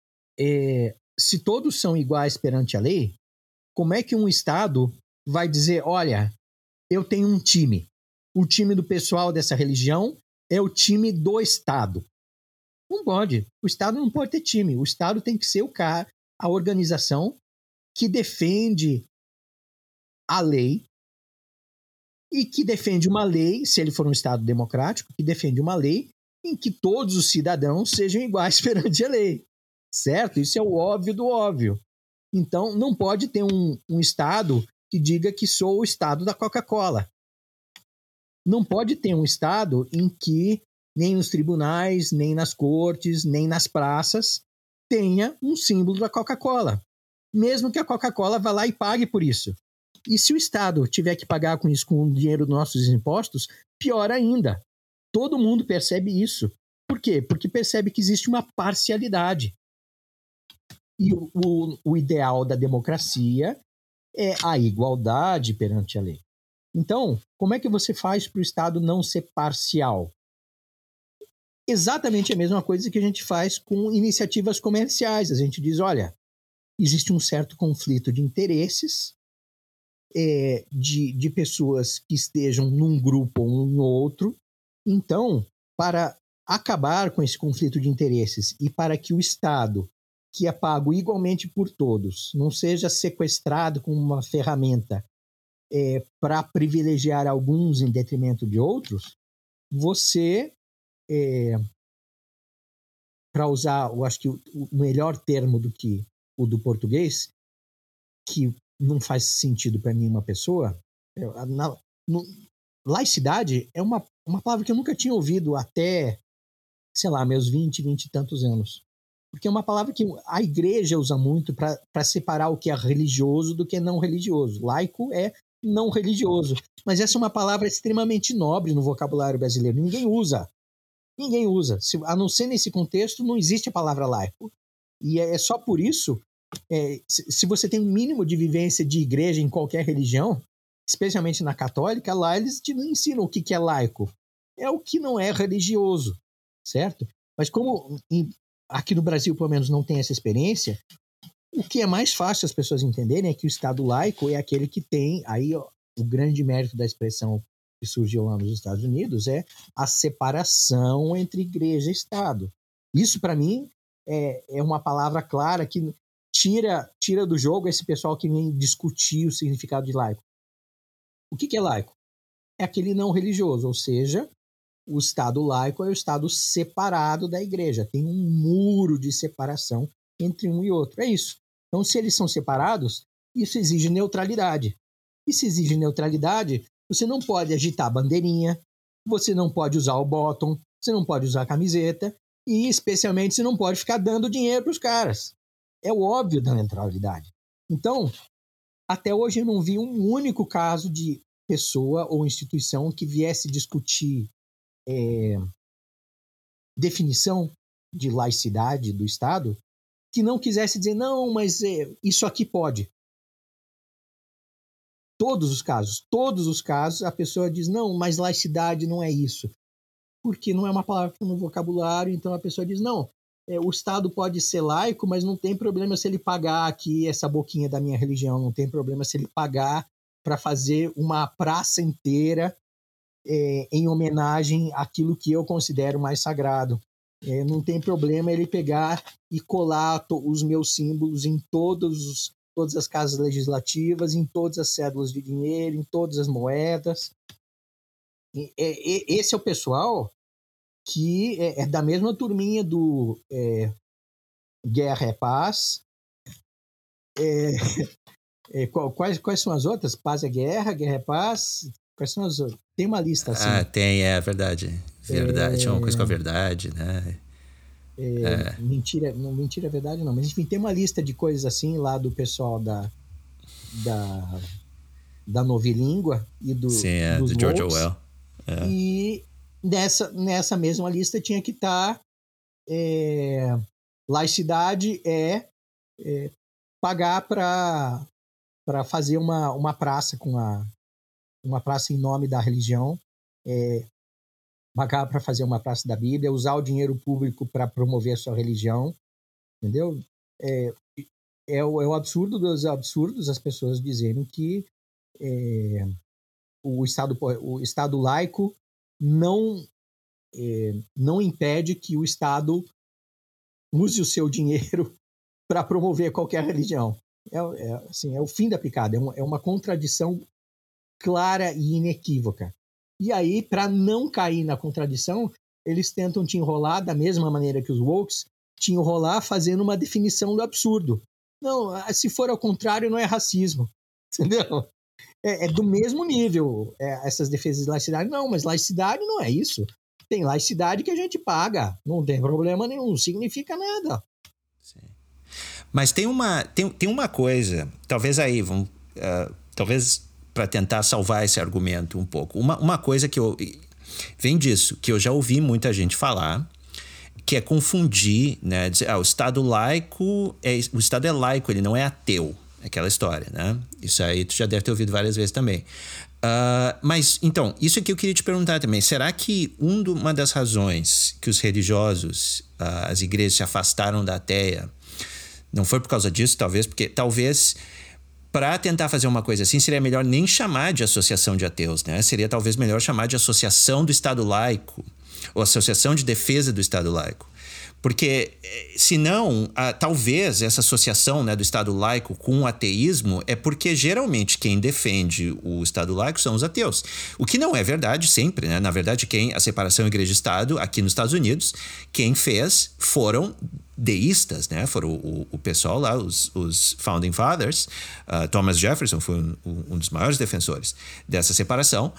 se todos são iguais perante a lei, como é que um Estado vai dizer, olha, eu tenho um time. O time do pessoal dessa religião é o time do Estado. Não pode. O Estado não pode ter time. O Estado tem que ser a organização que defende a lei e que defende uma lei, se ele for um Estado democrático, que defende uma lei em que todos os cidadãos sejam iguais perante a lei. Certo? Isso é o óbvio do óbvio. Então, não pode ter um Estado que diga que sou o Estado da Coca-Cola. Não pode ter um Estado em que nem nos tribunais, nem nas cortes, nem nas praças tenha um símbolo da Coca-Cola. Mesmo que a Coca-Cola vá lá e pague por isso. E se o Estado tiver que pagar com isso, com o dinheiro dos nossos impostos, pior ainda. Todo mundo percebe isso. Por quê? Porque percebe que existe uma parcialidade. E o ideal da democracia é a igualdade perante a lei. Então, como é que você faz para o Estado não ser parcial? Exatamente a mesma coisa que a gente faz com iniciativas comerciais. A gente diz, olha, existe um certo conflito de interesses de pessoas que estejam num grupo ou em outro. Então, para acabar com esse conflito de interesses e para que o Estado, que é pago igualmente por todos, não seja sequestrado como uma ferramenta para privilegiar alguns em detrimento de outros, você, para usar, eu acho que o melhor termo do que o do português, que não faz sentido para nenhuma pessoa, laicidade é uma palavra que eu nunca tinha ouvido até, sei lá, meus 20 e tantos anos. Porque é uma palavra que a igreja usa muito para separar o que é religioso do que é não religioso. Laico é não religioso. Mas essa é uma palavra extremamente nobre no vocabulário brasileiro. Ninguém usa. Ninguém usa. A não ser nesse contexto, não existe a palavra laico. E é só por isso, se você tem um mínimo de vivência de igreja em qualquer religião, especialmente na católica, lá eles te ensinam o que é laico. É o que não é religioso, certo? Mas como aqui no Brasil, pelo menos, não tem essa experiência, o que é mais fácil as pessoas entenderem é que o Estado laico é aquele que tem, aí ó, o grande mérito da expressão que surgiu lá nos Estados Unidos é a separação entre igreja e Estado. Isso, para mim, é uma palavra clara que tira do jogo esse pessoal que vem discutir o significado de laico. O que é laico? É aquele não religioso, ou seja, o Estado laico é o Estado separado da igreja. Tem um muro de separação entre um e outro. É isso. Então, se eles são separados, isso exige neutralidade. E se exige neutralidade, você não pode agitar a bandeirinha, você não pode usar o bottom, você não pode usar a camiseta e, especialmente, você não pode ficar dando dinheiro para os caras. É o óbvio da neutralidade. Então, até hoje eu não vi um único caso de pessoa ou instituição que viesse discutir definição de laicidade do Estado que não quisesse dizer, não, mas isso aqui pode. Todos os casos, a pessoa diz, não, mas laicidade não é isso. Porque não é uma palavra no vocabulário, então a pessoa diz, não, o Estado pode ser laico, mas não tem problema se ele pagar aqui essa boquinha da minha religião, não tem problema se ele pagar para fazer uma praça inteira em homenagem àquilo que eu considero mais sagrado. Não tem problema ele pegar e colar os meus símbolos em todas as casas legislativas, em todas as cédulas de dinheiro, em todas as moedas. Esse é o pessoal que é da mesma turminha do Guerra é Paz. Quais são as outras? Paz é Guerra, Guerra é Paz. Quais são as outras? Tem uma lista assim. Tem, é verdade. Verdade, tinha uma coisa com a verdade, né? Mentira é verdade, não. Mas enfim, tem uma lista de coisas assim lá do pessoal da novilíngua e dos do George woke. Orwell. E nessa mesma lista tinha que estar laicidade pagar para fazer uma praça uma praça em nome da religião, pagar para fazer uma praça da Bíblia, usar o dinheiro público para promover a sua religião, entendeu? É o absurdo dos absurdos as pessoas dizerem que o Estado laico não impede que o Estado use o seu dinheiro para promover qualquer religião. É o fim da picada, é uma contradição clara e inequívoca. E aí, para não cair na contradição, eles tentam te enrolar da mesma maneira que os wokes te enrolar fazendo uma definição do absurdo. Não, se for ao contrário, não é racismo. Entendeu? É do mesmo nível essas defesas de laicidade. Não, mas laicidade não é isso. Tem laicidade que a gente paga. Não tem problema nenhum, não significa nada. Sim. Mas tem uma coisa, talvez aí, talvez para tentar salvar esse argumento um pouco. Uma coisa que vem disso, que eu já ouvi muita gente falar, que é confundir, né? Dizer, o Estado laico, o Estado é laico, ele não é ateu. Aquela história, né? Isso aí tu já deve ter ouvido várias vezes também. Mas, então, isso aqui eu queria te perguntar também. Será que uma das razões que os religiosos, as igrejas se afastaram da ateia, não foi por causa disso, talvez? Porque talvez, para tentar fazer uma coisa assim, seria melhor nem chamar de associação de ateus, né? Seria talvez melhor chamar de associação do Estado laico, ou associação de defesa do Estado laico. Porque, senão, talvez essa associação, né, do Estado laico com o ateísmo é porque, geralmente, quem defende o Estado laico são os ateus. O que não é verdade sempre, né? Na verdade, a separação igreja-estado, aqui nos Estados Unidos, quem fez foram deístas, né? Foram o pessoal lá, os Founding Fathers. Thomas Jefferson foi um dos maiores defensores dessa separação.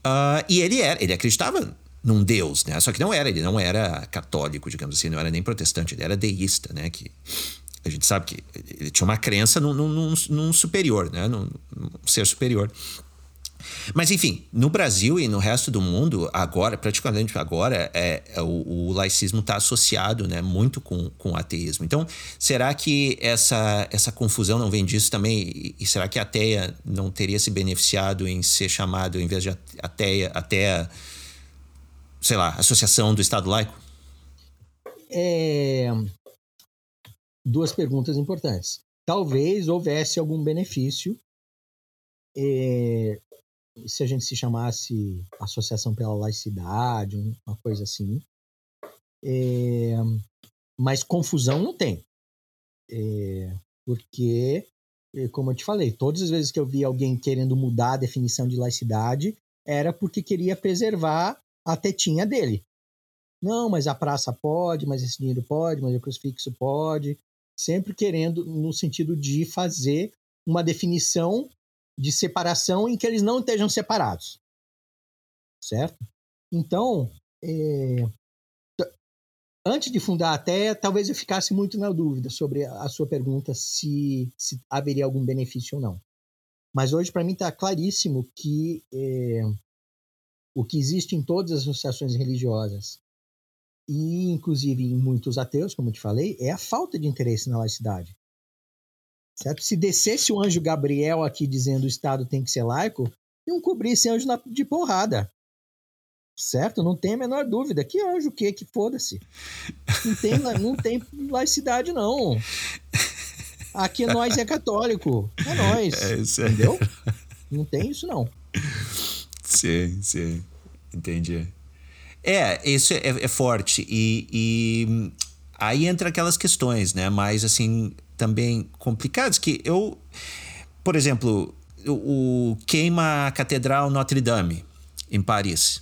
E ele acreditava num Deus, né? Só que ele não era católico, digamos assim, não era nem protestante, ele era deísta, né? Que a gente sabe que ele tinha uma crença num superior, né? Num ser superior. Mas, enfim, no Brasil e no resto do mundo, praticamente agora, o laicismo está associado, né, muito com o ateísmo. Então, será que essa confusão não vem disso também? E será que a ateia não teria se beneficiado em ser chamado, em vez de ateia, sei lá, associação do Estado laico? Duas perguntas importantes. Talvez houvesse algum benefício se a gente se chamasse Associação pela Laicidade, uma coisa assim. Mas confusão não tem. Porque, como eu te falei, todas as vezes que eu vi alguém querendo mudar a definição de laicidade, era porque queria preservar a tetinha dele. Não, mas a praça pode, mas esse dinheiro pode, mas o crucifixo pode. sempre querendo no sentido de fazer uma definição de separação em que eles não estejam separados, certo? Então, antes de fundar a TEA, talvez eu ficasse muito na dúvida sobre a sua pergunta se haveria algum benefício ou não. Mas hoje, para mim, está claríssimo que o que existe em todas as associações religiosas, e inclusive em muitos ateus, como eu te falei, é a falta de interesse na laicidade. Certo? Se descesse o anjo Gabriel aqui dizendo que o Estado tem que ser laico, iam cobrir esse anjo de porrada. Certo? Não tem a menor dúvida. Que anjo o quê? Que foda-se. Não tem laicidade, não. Aqui nós é católico. É nós. Entendeu? Não tem isso, não. Sim. Entendi. Isso é forte. E aí entra aquelas questões, né? Mais, assim, também complicadas. Que por exemplo, queima a Catedral Notre-Dame, em Paris.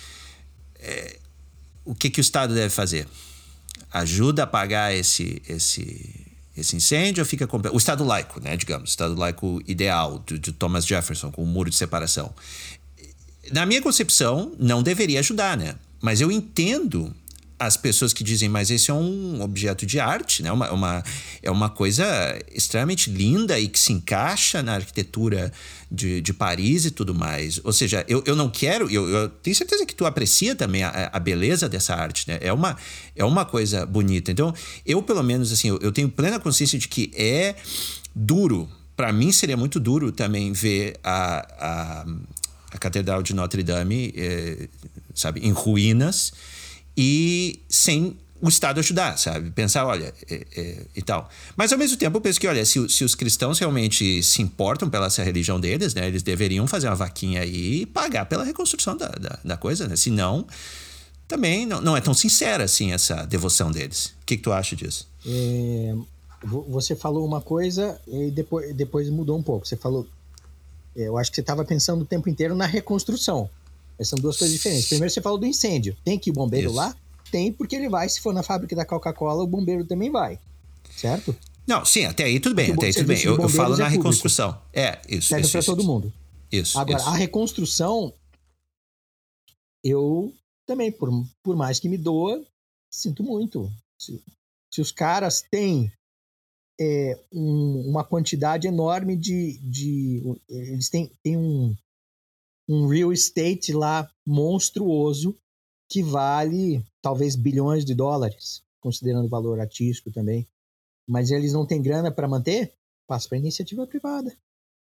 O que o Estado deve fazer? Ajuda a apagar esse incêndio ou fica... O Estado laico, né, digamos, o Estado laico ideal de Thomas Jefferson, com o muro de separação. Na minha concepção, não deveria ajudar, né? Mas eu entendo as pessoas que dizem, mas esse é um objeto de arte, né? É uma coisa extremamente linda e que se encaixa na arquitetura de Paris e tudo mais. Ou seja, eu não quero... Eu tenho certeza que tu aprecia também a beleza dessa arte, né? É uma coisa bonita. Então, eu pelo menos, assim, eu tenho plena consciência de que é duro. Para mim, seria muito duro também ver a Catedral de Notre-Dame, sabe, em ruínas, e sem o Estado ajudar, sabe? Pensar, olha, e tal. Mas, ao mesmo tempo, eu penso que, olha, se os cristãos realmente se importam pela essa religião deles, né? Eles deveriam fazer uma vaquinha aí e pagar pela reconstrução da coisa, né? Senão, também não é tão sincera, assim, essa devoção deles. O que tu acha disso? Você falou uma coisa e depois mudou um pouco. Você falou... Eu acho que você estava pensando o tempo inteiro na reconstrução. Essas são duas coisas diferentes. Primeiro você falou do incêndio. Tem que ir o bombeiro lá? Tem, porque ele vai. Se for na fábrica da Coca-Cola, o bombeiro também vai. Certo? Não, sim, até aí tudo bem. Eu falo na reconstrução. Isso. Serve para todo mundo. Isso. Agora, a reconstrução, eu também, por mais que me doa, sinto muito. Se os caras têm uma quantidade enorme eles têm um real estate lá monstruoso que vale talvez bilhões de dólares, considerando o valor artístico também. Mas eles não têm grana para manter? Passa para iniciativa privada.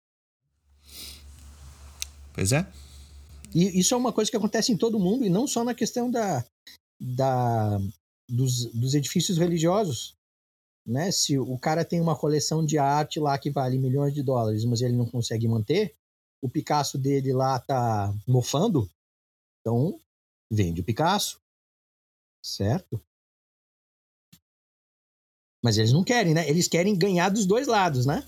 Pois é. E isso é uma coisa que acontece em todo mundo, e não só na questão dos edifícios religiosos. Né? Se o cara tem uma coleção de arte lá que vale milhões de dólares, mas ele não consegue manter, o Picasso dele lá tá mofando, então vende o Picasso, certo? Mas eles não querem, né? Eles querem ganhar dos dois lados, né?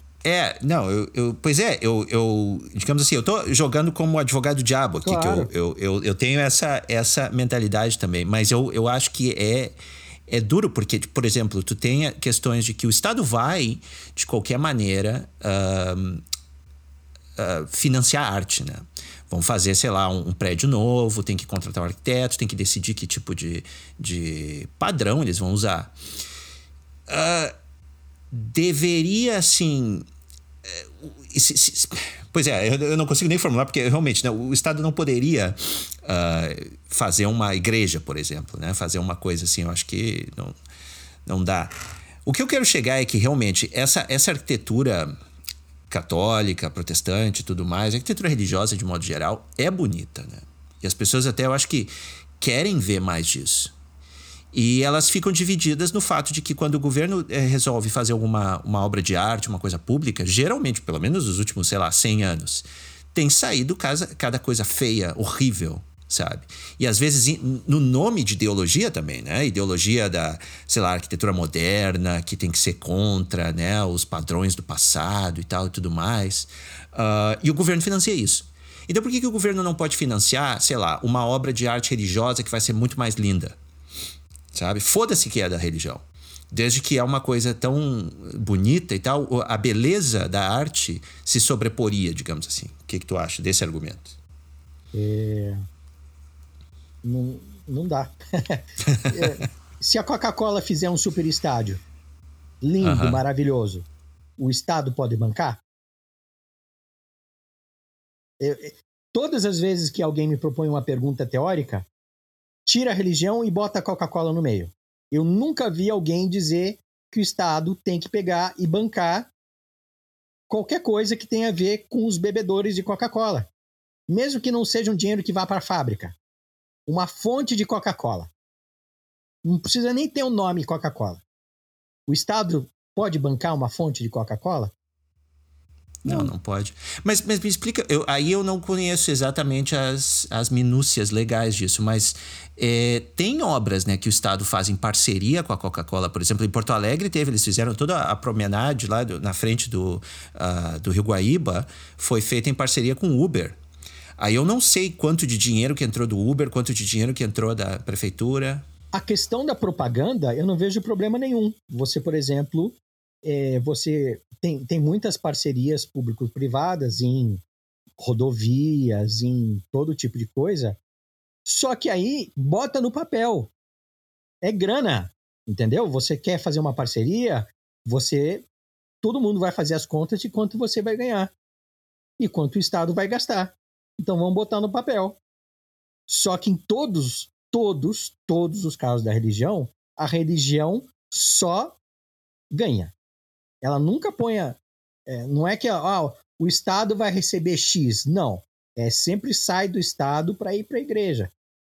Digamos assim, eu tô jogando como advogado do diabo aqui, claro. Que eu tenho essa mentalidade também, mas eu acho que é duro porque, por exemplo, tu tem questões de que o Estado vai, de qualquer maneira, financiar a arte, né? Vão fazer, sei lá, um prédio novo, tem que contratar um arquiteto, tem que decidir que tipo de padrão eles vão usar. Deveria, assim... Pois eu não consigo nem formular, porque realmente, né, o Estado não poderia fazer uma igreja, por exemplo, né? Fazer uma coisa assim, eu acho que não dá. O que eu quero chegar é que realmente essa arquitetura católica, protestante e tudo mais, a arquitetura religiosa de modo geral é bonita, né? E as pessoas até, eu acho que querem ver mais disso. E elas ficam divididas no fato de que quando o governo resolve fazer uma obra de arte, uma coisa pública, geralmente, pelo menos nos últimos, 100 anos, tem saído cada coisa feia, horrível, sabe? E às vezes no nome de ideologia também, né? Ideologia da, arquitetura moderna, que tem que ser contra, né, os padrões do passado e tal e tudo mais. E o governo financia isso. Então por que o governo não pode financiar, uma obra de arte religiosa que vai ser muito mais linda? Sabe? Foda-se que é da religião. Desde que é uma coisa tão bonita e tal, a beleza da arte se sobreporia, digamos assim. O que tu acha desse argumento? Não dá. Se a Coca-Cola fizer um super estádio lindo, maravilhoso, o Estado pode bancar? Todas as vezes que alguém me propõe uma pergunta teórica, tira a religião e bota a Coca-Cola no meio. Eu nunca vi alguém dizer que o Estado tem que pegar e bancar qualquer coisa que tenha a ver com os bebedores de Coca-Cola. Mesmo que não seja um dinheiro que vá para a fábrica. Uma fonte de Coca-Cola. Não precisa nem ter o nome Coca-Cola. O Estado pode bancar uma fonte de Coca-Cola? Não pode. Mas me explica, aí eu não conheço exatamente as minúcias legais disso, mas tem obras, né, que o Estado faz em parceria com a Coca-Cola. Por exemplo, em Porto Alegre eles fizeram toda a promenade lá na frente do Rio Guaíba, foi feita em parceria com o Uber. Aí eu não sei quanto de dinheiro que entrou do Uber, quanto de dinheiro que entrou da prefeitura. A questão da propaganda, eu não vejo problema nenhum. Você, por exemplo, você tem muitas parcerias público-privadas em rodovias, em todo tipo de coisa, só que aí bota no papel. É grana, entendeu? Você quer fazer uma parceria, todo mundo vai fazer as contas de quanto você vai ganhar e quanto o Estado vai gastar. Então vamos botar no papel. Só que em todos os casos da religião, a religião só ganha. Ela nunca põe não é que o Estado vai receber X. Não. Sempre sai do Estado para ir para a igreja.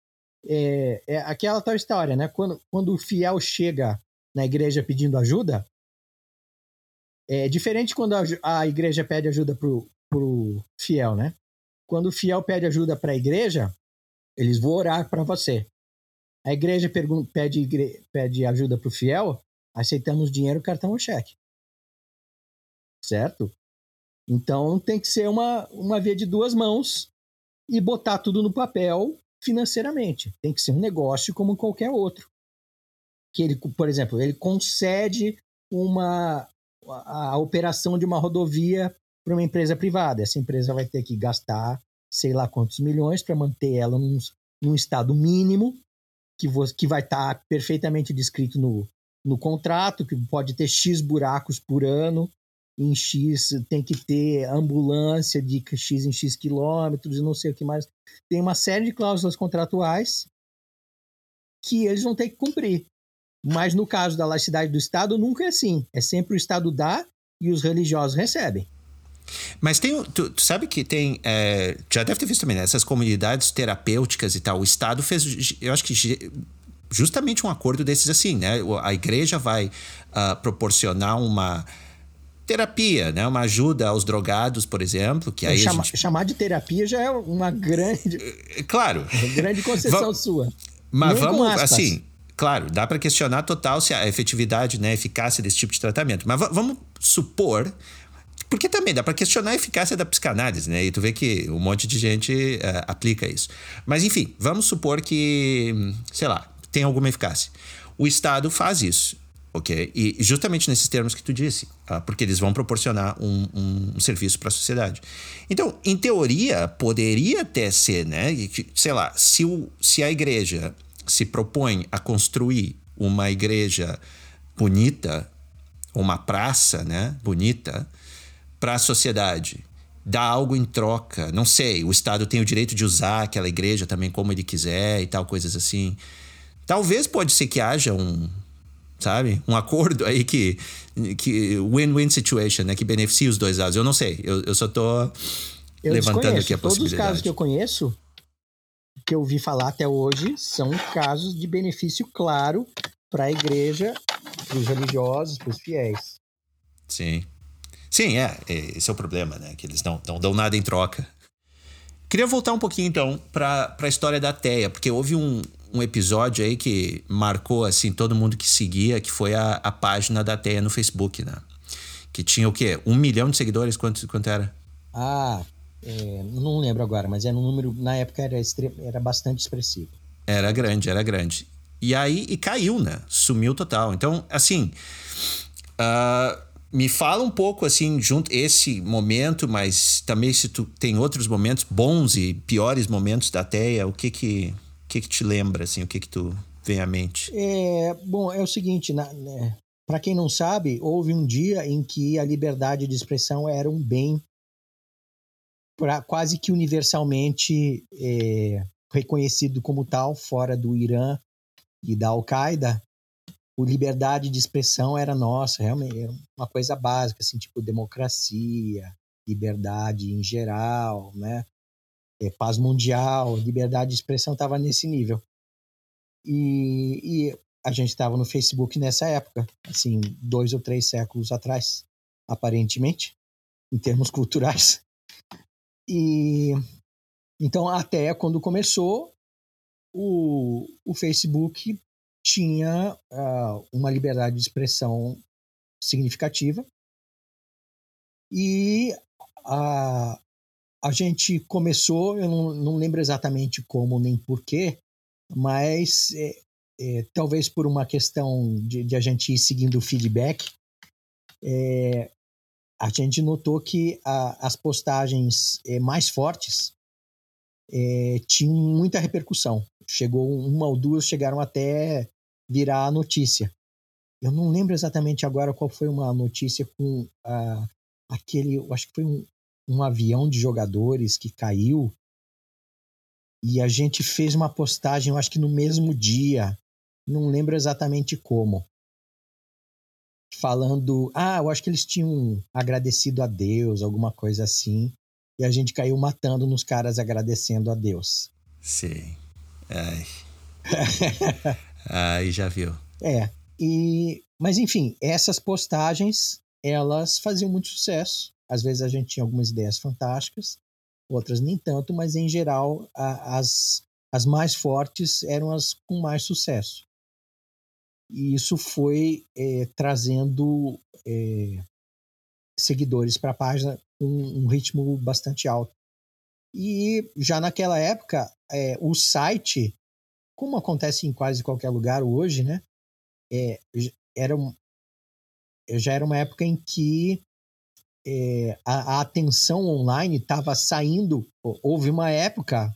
É aquela tal história, né? Quando o fiel chega na igreja pedindo ajuda, é diferente quando a igreja pede ajuda pro fiel, né? Quando o fiel pede ajuda para a igreja, eles vão orar para você. A igreja pede ajuda para o fiel, aceitamos dinheiro, cartão ou cheque. Certo? Então tem que ser uma via de duas mãos e botar tudo no papel financeiramente. Tem que ser um negócio como qualquer outro. Que ele, por exemplo, ele concede a operação de uma rodovia para uma empresa privada. Essa empresa vai ter que gastar sei lá quantos milhões para manter ela num estado mínimo que vai estar perfeitamente descrito no contrato, que pode ter X buracos por ano, em X tem que ter ambulância de X em X quilômetros e não sei o que mais. Tem uma série de cláusulas contratuais que eles vão ter que cumprir. Mas no caso da laicidade do Estado, nunca é assim. É sempre o Estado dá e os religiosos recebem. Mas tu sabe que tem, já deve ter visto também, né? Essas comunidades terapêuticas e tal. O Estado fez, eu acho que justamente um acordo desses assim, né? A igreja vai proporcionar uma terapia, né? Uma ajuda aos drogados, por exemplo. Que aí chamar de terapia já é uma grande... Claro. Grande concessão sua. Mas nem vamos, assim... Claro, dá para questionar total se a efetividade, né, a eficácia desse tipo de tratamento. Mas vamos supor... Porque também dá para questionar a eficácia da psicanálise, né? E tu vê que um monte de gente aplica isso. Mas, enfim, vamos supor que, sei lá, tem alguma eficácia. O Estado faz isso, ok? E justamente nesses termos que tu disse, porque eles vão proporcionar um serviço para a sociedade. Então, em teoria, poderia até ser, né? Sei lá, se a igreja se propõe a construir uma igreja bonita, uma praça, né, bonita, para a sociedade, dar algo em troca, não sei, o Estado tem o direito de usar aquela igreja também como ele quiser e tal, coisas assim. Talvez pode ser que haja um acordo aí que win-win situation, né, que beneficie os dois lados. Eu não sei, eu só tô levantando aqui a possibilidade. Todos os casos que eu conheço, que eu ouvi falar até hoje, são casos de benefício claro para a igreja, para os religiosos, para os fiéis. Sim. Sim, esse é o problema, né? Que eles não dão nada em troca. Queria voltar um pouquinho, então, para a história da Ateia, porque houve um episódio aí que marcou, assim, todo mundo que seguia, que foi a página da Ateia no Facebook, né? Que tinha o quê? 1 milhão de seguidores? Quanto era? Não lembro agora, mas era um número, na época era bastante expressivo. Era grande. E caiu, né? Sumiu total. Então, assim, me fala um pouco, assim, junto esse momento, mas também se tu tem outros momentos bons e piores momentos da Teia, o que te lembra, assim, o que tu vem à mente? Bom, é o seguinte, para quem não sabe, houve um dia em que a liberdade de expressão era um bem quase que universalmente reconhecido como tal, fora do Irã e da Al-Qaeda. A liberdade de expressão era nossa, realmente era uma coisa básica, assim, tipo democracia, liberdade em geral, né? Paz mundial, liberdade de expressão estava nesse nível. E a gente estava no Facebook nessa época, assim, 2 ou 3 séculos atrás, aparentemente, em termos culturais. E então, até quando começou, o Facebook tinha uma liberdade de expressão significativa. E a gente começou, eu não lembro exatamente como nem porquê, mas talvez por uma questão de a gente ir seguindo o feedback, a gente notou que as postagens mais fortes tinham muita repercussão. Uma ou duas chegaram até virar notícia. Eu não lembro exatamente agora qual foi uma notícia com eu acho que foi um avião de jogadores que caiu e a gente fez uma postagem, eu acho que no mesmo dia, não lembro exatamente como, falando, eu acho que eles tinham agradecido a Deus, alguma coisa assim, e a gente caiu matando nos caras agradecendo a Deus. Sim. Ai. Aí já viu. Mas enfim, essas postagens, elas faziam muito sucesso. Às vezes a gente tinha algumas ideias fantásticas, outras nem tanto, mas em geral as mais fortes eram as com mais sucesso. E isso foi trazendo seguidores para a página com um ritmo bastante alto. E já naquela época, o site, como acontece em quase qualquer lugar hoje, né, já era uma época em que a atenção online estava saindo. Houve uma época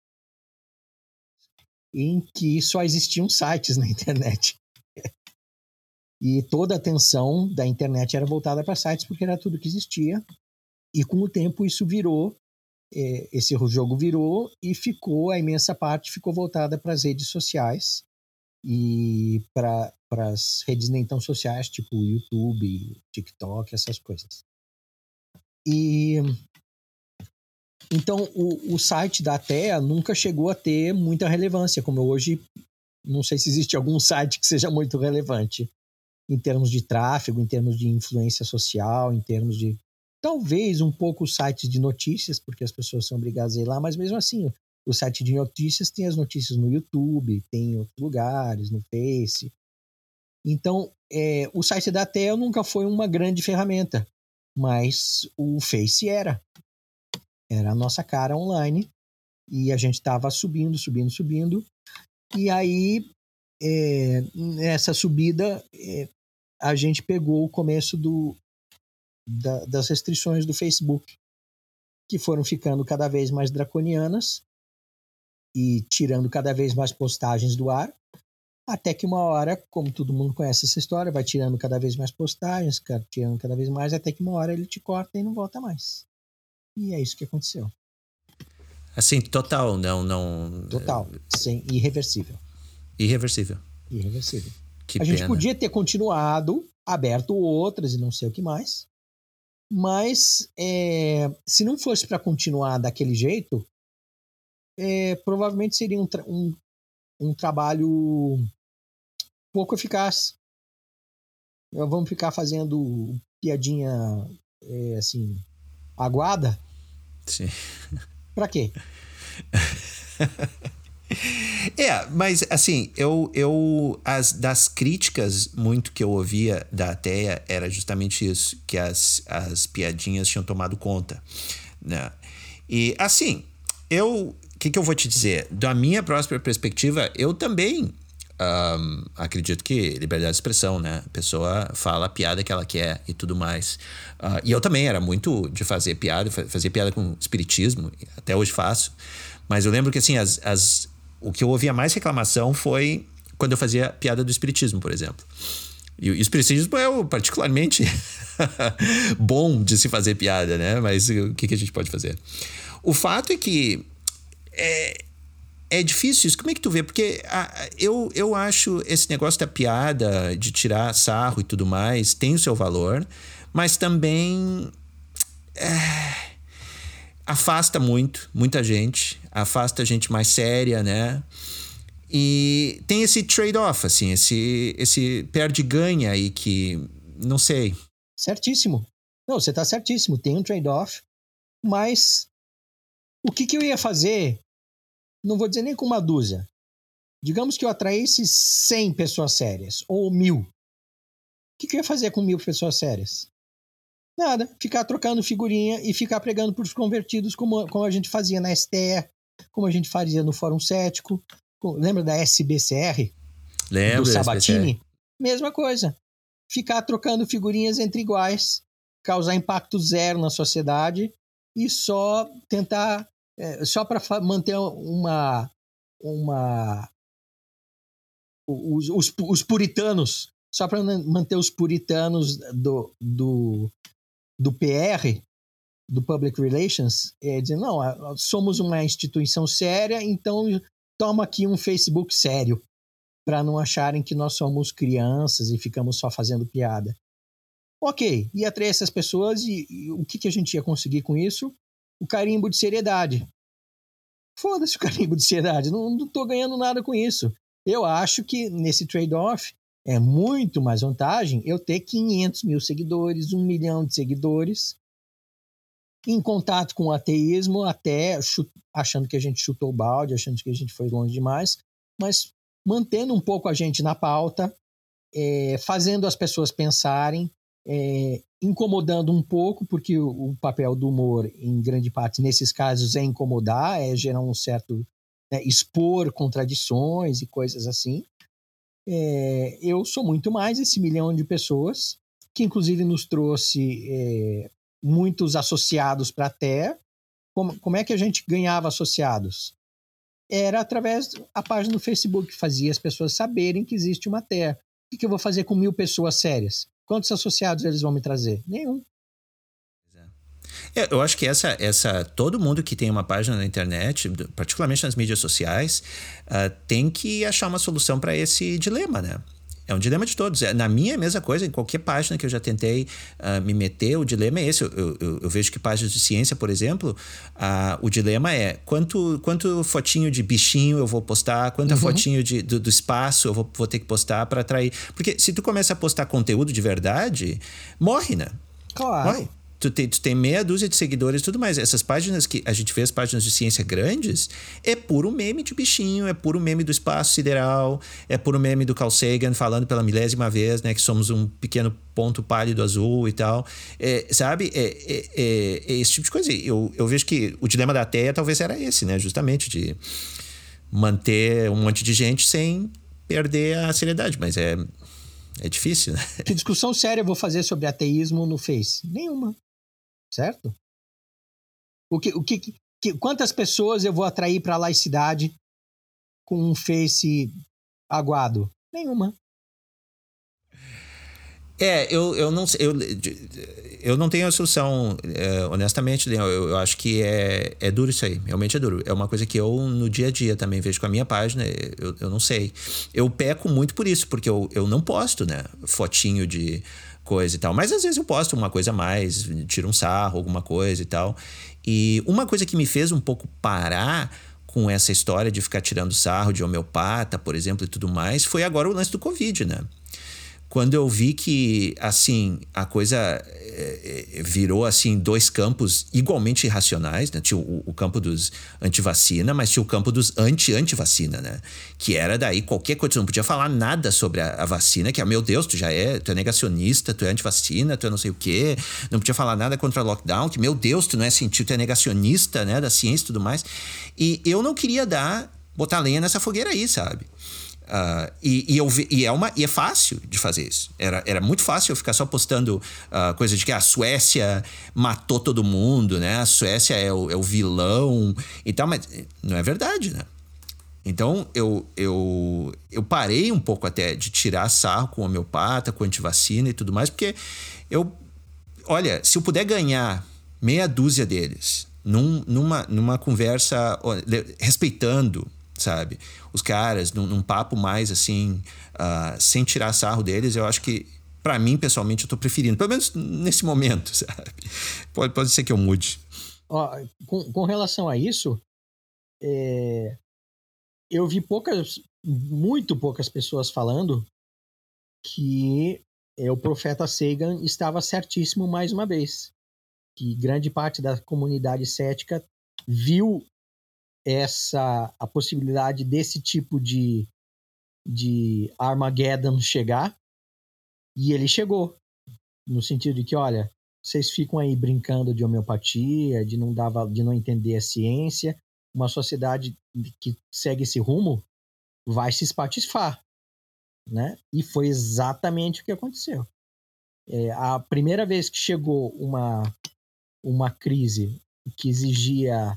em que só existiam sites na internet. E toda a atenção da internet era voltada para sites porque era tudo que existia. E com o tempo isso virou, esse jogo virou e a imensa parte ficou voltada para as redes sociais e para as redes nem tão sociais, tipo YouTube, TikTok, essas coisas. E então o site da TEA nunca chegou a ter muita relevância, como hoje não sei se existe algum site que seja muito relevante em termos de tráfego, em termos de influência social, em termos de talvez um pouco sites de notícias, porque as pessoas são obrigadas a ir lá, mas mesmo assim, o site de notícias tem as notícias no YouTube, tem em outros lugares, no Face. Então, o site da TEA nunca foi uma grande ferramenta, mas o Face era a nossa cara online e a gente estava subindo. E aí, nessa subida, a gente pegou o começo das restrições do Facebook, que foram ficando cada vez mais draconianas e tirando cada vez mais postagens do ar, até que uma hora, como todo mundo conhece essa história, vai tirando cada vez mais postagens, tirando cada vez mais, até que uma hora ele te corta e não volta mais. E é isso que aconteceu. Assim, total, não... Total, irreversível. Irreversível. Que a pena. gente podia ter continuado, aberto outras e não sei o que mais, mas se não fosse para continuar daquele jeito, provavelmente seria um trabalho pouco eficaz. Vamos ficar fazendo piadinha assim, aguada? Sim. Pra quê? Mas assim, das críticas muito que eu ouvia da TEA era justamente isso, que as piadinhas tinham tomado conta, né? E assim, o que eu vou te dizer? Da minha própria perspectiva, eu também acredito que liberdade de expressão, né? A pessoa fala a piada que ela quer e tudo mais. E eu também era muito de fazer piada, fazer piada com espiritismo, até hoje faço. Mas eu lembro que, assim, o que eu ouvia mais reclamação foi quando eu fazia piada do espiritismo, por exemplo. E o espiritismo é particularmente bom de se fazer piada, né? Mas o que a gente pode fazer? O fato é que é difícil isso. Como é que tu vê? Porque eu acho esse negócio da piada, de tirar sarro e tudo mais, tem o seu valor, mas também afasta muita gente, afasta a gente mais séria, né? E tem esse trade-off, assim, esse perde-ganha aí que, não sei. Certíssimo. Não, você tá certíssimo. Tem um trade-off, mas o que eu ia fazer, não vou dizer nem com uma dúzia. Digamos que eu atraísse 100 pessoas sérias, ou 1000. O que eu ia fazer com 1000 pessoas sérias? Nada. Ficar trocando figurinha e ficar pregando para os convertidos, como a gente fazia na STE, como a gente fazia no Fórum Cético. Lembra da SBCR? Lembro do Sabatini? Mesma coisa. Ficar trocando figurinhas entre iguais, causar impacto zero na sociedade e só tentar, só para manter os puritanos, só para manter os puritanos do PR, do Public Relations, dizendo, não, somos uma instituição séria, então toma aqui um Facebook sério, para não acharem que nós somos crianças e ficamos só fazendo piada. Ok, ia atrair essas pessoas e o que a gente ia conseguir com isso? O carimbo de seriedade. Foda-se o carimbo de seriedade, não estou ganhando nada com isso. Eu acho que nesse trade-off é muito mais vantagem eu ter 500 mil seguidores, 1 milhão de seguidores, em contato com o ateísmo, até achando que a gente chutou o balde, achando que a gente foi longe demais, mas mantendo um pouco a gente na pauta, fazendo as pessoas pensarem, incomodando um pouco, porque o papel do humor, em grande parte, nesses casos, é incomodar, é gerar um certo... expor contradições e coisas assim. Eu sou muito mais esse 1 milhão de pessoas, que inclusive nos trouxe muitos associados para a TEA. Como é que a gente ganhava associados? Era através da página do Facebook, que fazia as pessoas saberem que existe uma TEA. O que eu vou fazer com 1000 pessoas sérias? Quantos associados eles vão me trazer? Nenhum. Eu acho que todo mundo que tem uma página na internet, particularmente nas mídias sociais, tem que achar uma solução para esse dilema, né? É um dilema de todos. Na minha é a mesma coisa, em qualquer página que eu já tentei me meter, o dilema é esse. Eu vejo que páginas de ciência, por exemplo, o dilema é quanto fotinho de bichinho eu vou postar, quanto fotinho do espaço eu vou ter que postar para atrair. Porque se tu começa a postar conteúdo de verdade, morre, né? Claro. Morre. Tu tem meia dúzia de seguidores e tudo mais. Essas páginas que a gente vê, as páginas de ciência grandes, é puro meme de bichinho, é puro meme do espaço sideral, é puro meme do Carl Sagan falando pela 1000ª vez, né, que somos um pequeno ponto pálido azul e tal. Sabe? Esse tipo de coisa. Eu vejo que o dilema da TEA talvez era esse, né? Justamente de manter um monte de gente sem perder a seriedade. Mas é difícil, né? Que discussão séria eu vou fazer sobre ateísmo no Face? Nenhuma. Certo? Quantas pessoas eu vou atrair para a laicidade com um Face aguado? Nenhuma. Eu não sei, eu não tenho a solução, honestamente, eu acho que é duro isso aí, realmente é duro. É uma coisa que eu no dia a dia também vejo com a minha página, eu não sei. Eu peco muito por isso, porque eu não posto, né, fotinho de coisa e tal, mas às vezes eu posto uma coisa a mais, tiro um sarro, alguma coisa e tal. E uma coisa que me fez um pouco parar com essa história de ficar tirando sarro de homeopata, por exemplo, e tudo mais, foi agora o lance do Covid, né? Quando eu vi que, assim, a coisa virou, assim, 2 campos igualmente irracionais, né? Tinha o campo dos anti-vacina, mas tinha o campo dos anti-vacina, né? Que era daí qualquer coisa, tu não podia falar nada sobre a vacina, que meu Deus, tu é negacionista, tu é anti-vacina, tu é não sei o quê, não podia falar nada contra lockdown, que meu Deus, tu não é cientista, tu é negacionista, né? Da ciência e tudo mais. E eu não queria botar lenha nessa fogueira aí, sabe? E é fácil de fazer isso. Era muito fácil eu ficar só postando coisa de que a Suécia matou todo mundo, né? A Suécia é o vilão e tal, mas não é verdade, né? Então eu parei um pouco até de tirar sarro com o homeopata, com antivacina e tudo mais, porque olha, se eu puder ganhar meia dúzia deles numa conversa respeitando, sabe, os caras, num papo mais assim, sem tirar sarro deles, eu acho que, pra mim, pessoalmente, eu tô preferindo, pelo menos nesse momento, sabe? Pode ser que eu mude. Com relação a isso, eu vi muito poucas pessoas falando que o profeta Sagan estava certíssimo mais uma vez. Que grande parte da comunidade cética viu a possibilidade desse tipo de Armageddon chegar, e ele chegou. No sentido de que, olha, vocês ficam aí brincando de homeopatia, de não entender a ciência. Uma sociedade que segue esse rumo vai se espatifar, né? E foi exatamente o que aconteceu. A primeira vez que chegou uma crise que exigia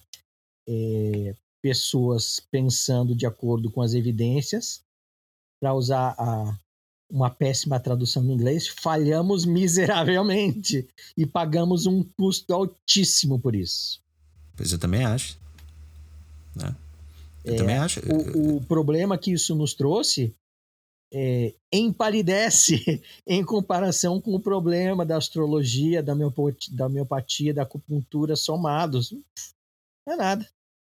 pessoas pensando de acordo com as evidências, para usar uma péssima tradução em inglês, falhamos miseravelmente e pagamos um custo altíssimo por isso. Pois eu também acho. Né? Eu também acho. O problema que isso nos trouxe empalidece em comparação com o problema da astrologia, da homeopatia, da acupuntura somados. Não é nada.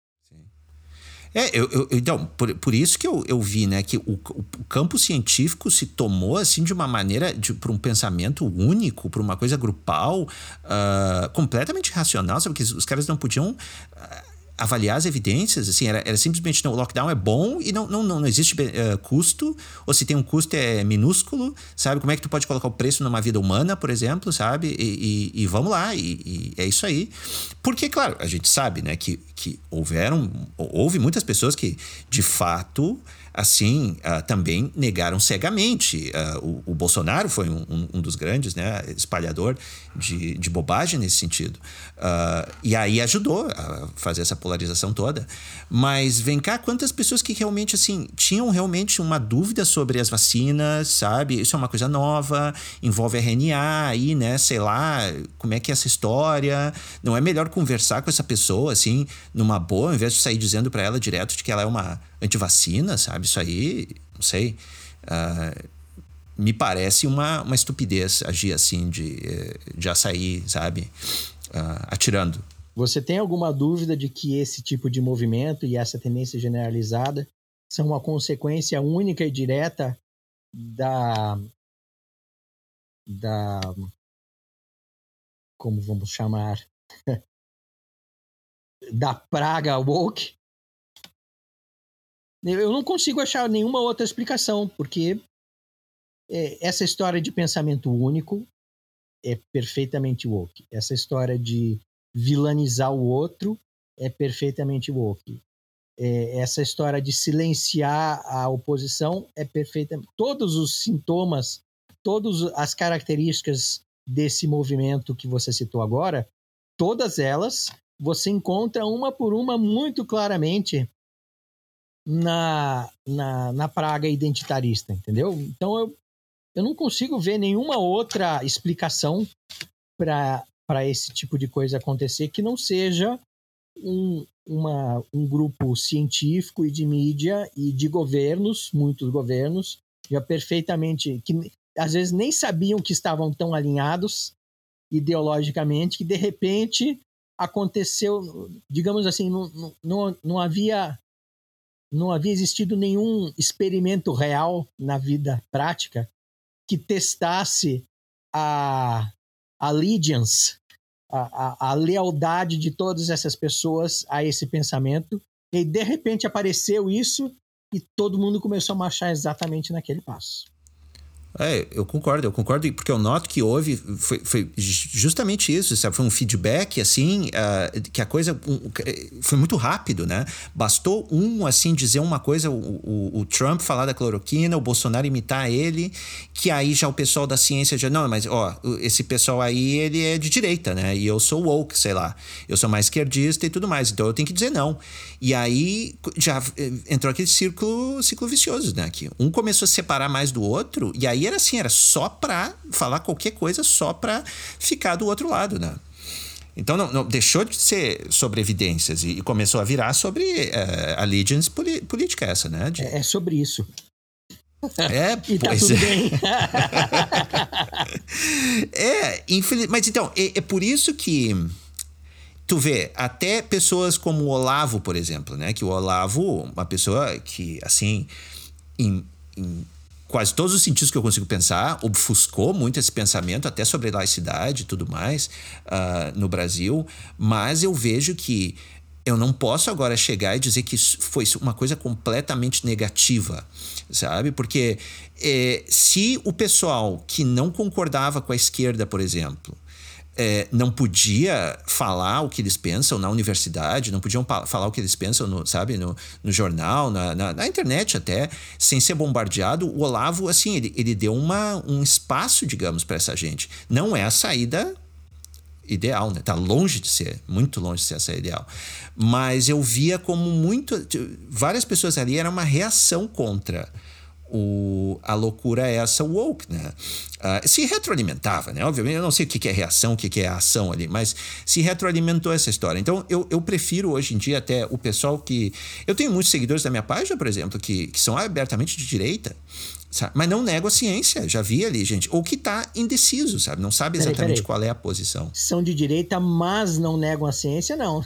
Então, por isso que eu vi, né, que o campo científico se tomou assim de uma maneira, para um pensamento único, para uma coisa grupal, completamente racional, sabe? Que os caras não podiam avaliar as evidências, assim, era simplesmente, não, o lockdown é bom e não existe custo, ou se tem um custo é minúsculo, sabe? Como é que tu pode colocar o preço numa vida humana, por exemplo, sabe? E vamos lá, e é isso aí. Porque, claro, a gente sabe, né, que houve muitas pessoas que, de fato, assim, também negaram cegamente. O Bolsonaro foi um dos grandes, né, espalhador de bobagem nesse sentido. E aí ajudou a fazer essa polarização toda. Mas vem cá, quantas pessoas que realmente, assim, tinham realmente uma dúvida sobre as vacinas, sabe? Isso é uma coisa nova, envolve RNA aí, né? Sei lá, como é que é essa história? Não é melhor conversar com essa pessoa, assim, numa boa, ao invés de sair dizendo pra ela direto de que ela é uma antivacina, sabe? Isso aí, não sei. Me parece uma estupidez agir assim, de já sair, sabe? Atirando. Você tem alguma dúvida de que esse tipo de movimento e essa tendência generalizada são uma consequência única e direta da como vamos chamar, da praga woke? Eu não consigo achar nenhuma outra explicação, porque essa história de pensamento único é perfeitamente woke. Essa história de vilanizar o outro é perfeitamente woke. Essa história de silenciar a oposição é perfeita. Todos os sintomas, todas as características desse movimento que você citou agora, todas elas você encontra uma por uma muito claramente na praga identitarista, entendeu? Então eu não consigo ver nenhuma outra explicação para esse tipo de coisa acontecer que não seja um grupo científico e de mídia e de governos, muitos governos, já perfeitamente, que às vezes nem sabiam que estavam tão alinhados ideologicamente, que de repente aconteceu, digamos assim, não havia existido nenhum experimento real na vida prática que testasse a allegiance, a lealdade de todas essas pessoas a esse pensamento, e de repente apareceu isso e todo mundo começou a marchar exatamente naquele passo. Eu concordo, porque eu noto que foi justamente isso, sabe? Foi um feedback, assim, que a coisa foi muito rápido, né? Bastou assim, dizer uma coisa, o Trump falar da cloroquina, o Bolsonaro imitar ele, que aí já o pessoal da ciência já, não, mas, esse pessoal aí, ele é de direita, né? E eu sou woke, sei lá, eu sou mais esquerdista e tudo mais, então eu tenho que dizer não. E aí já entrou aquele ciclo vicioso, né? Que um começou a se separar mais do outro, e aí era assim, era só pra falar qualquer coisa, só pra ficar do outro lado, né? Então não deixou de ser sobre evidências e começou a virar sobre allegiance política essa, né? É sobre isso. E tá tudo bem. Mas então, é por isso que tu vê, até pessoas como o Olavo, por exemplo, né? Que o Olavo, uma pessoa que, assim, em quase todos os sentidos que eu consigo pensar, obfuscou muito esse pensamento, até sobre laicidade e tudo mais, no Brasil. Mas eu vejo que eu não posso agora chegar e dizer que isso foi uma coisa completamente negativa, sabe? Porque se o pessoal que não concordava com a esquerda, por exemplo, não podia falar o que eles pensam na universidade, não podiam falar o que eles pensam no jornal, na internet até, sem ser bombardeado. O Olavo, assim, ele deu um espaço, digamos, para essa gente. Não é a saída ideal, né? Tá longe de ser, muito longe de ser essa ideal. Mas eu via como várias pessoas ali, era uma reação contra a loucura essa woke, né? Se retroalimentava, né? Obviamente, eu não sei o que é reação, o que é ação ali, mas se retroalimentou essa história. Então, eu prefiro hoje em dia até o pessoal que... Eu tenho muitos seguidores da minha página, por exemplo, que são abertamente de direita, sabe? Mas não nego a ciência, já vi ali, gente. Ou que tá indeciso, sabe? Não sabe exatamente qual é a posição. São de direita, mas não negam a ciência, não.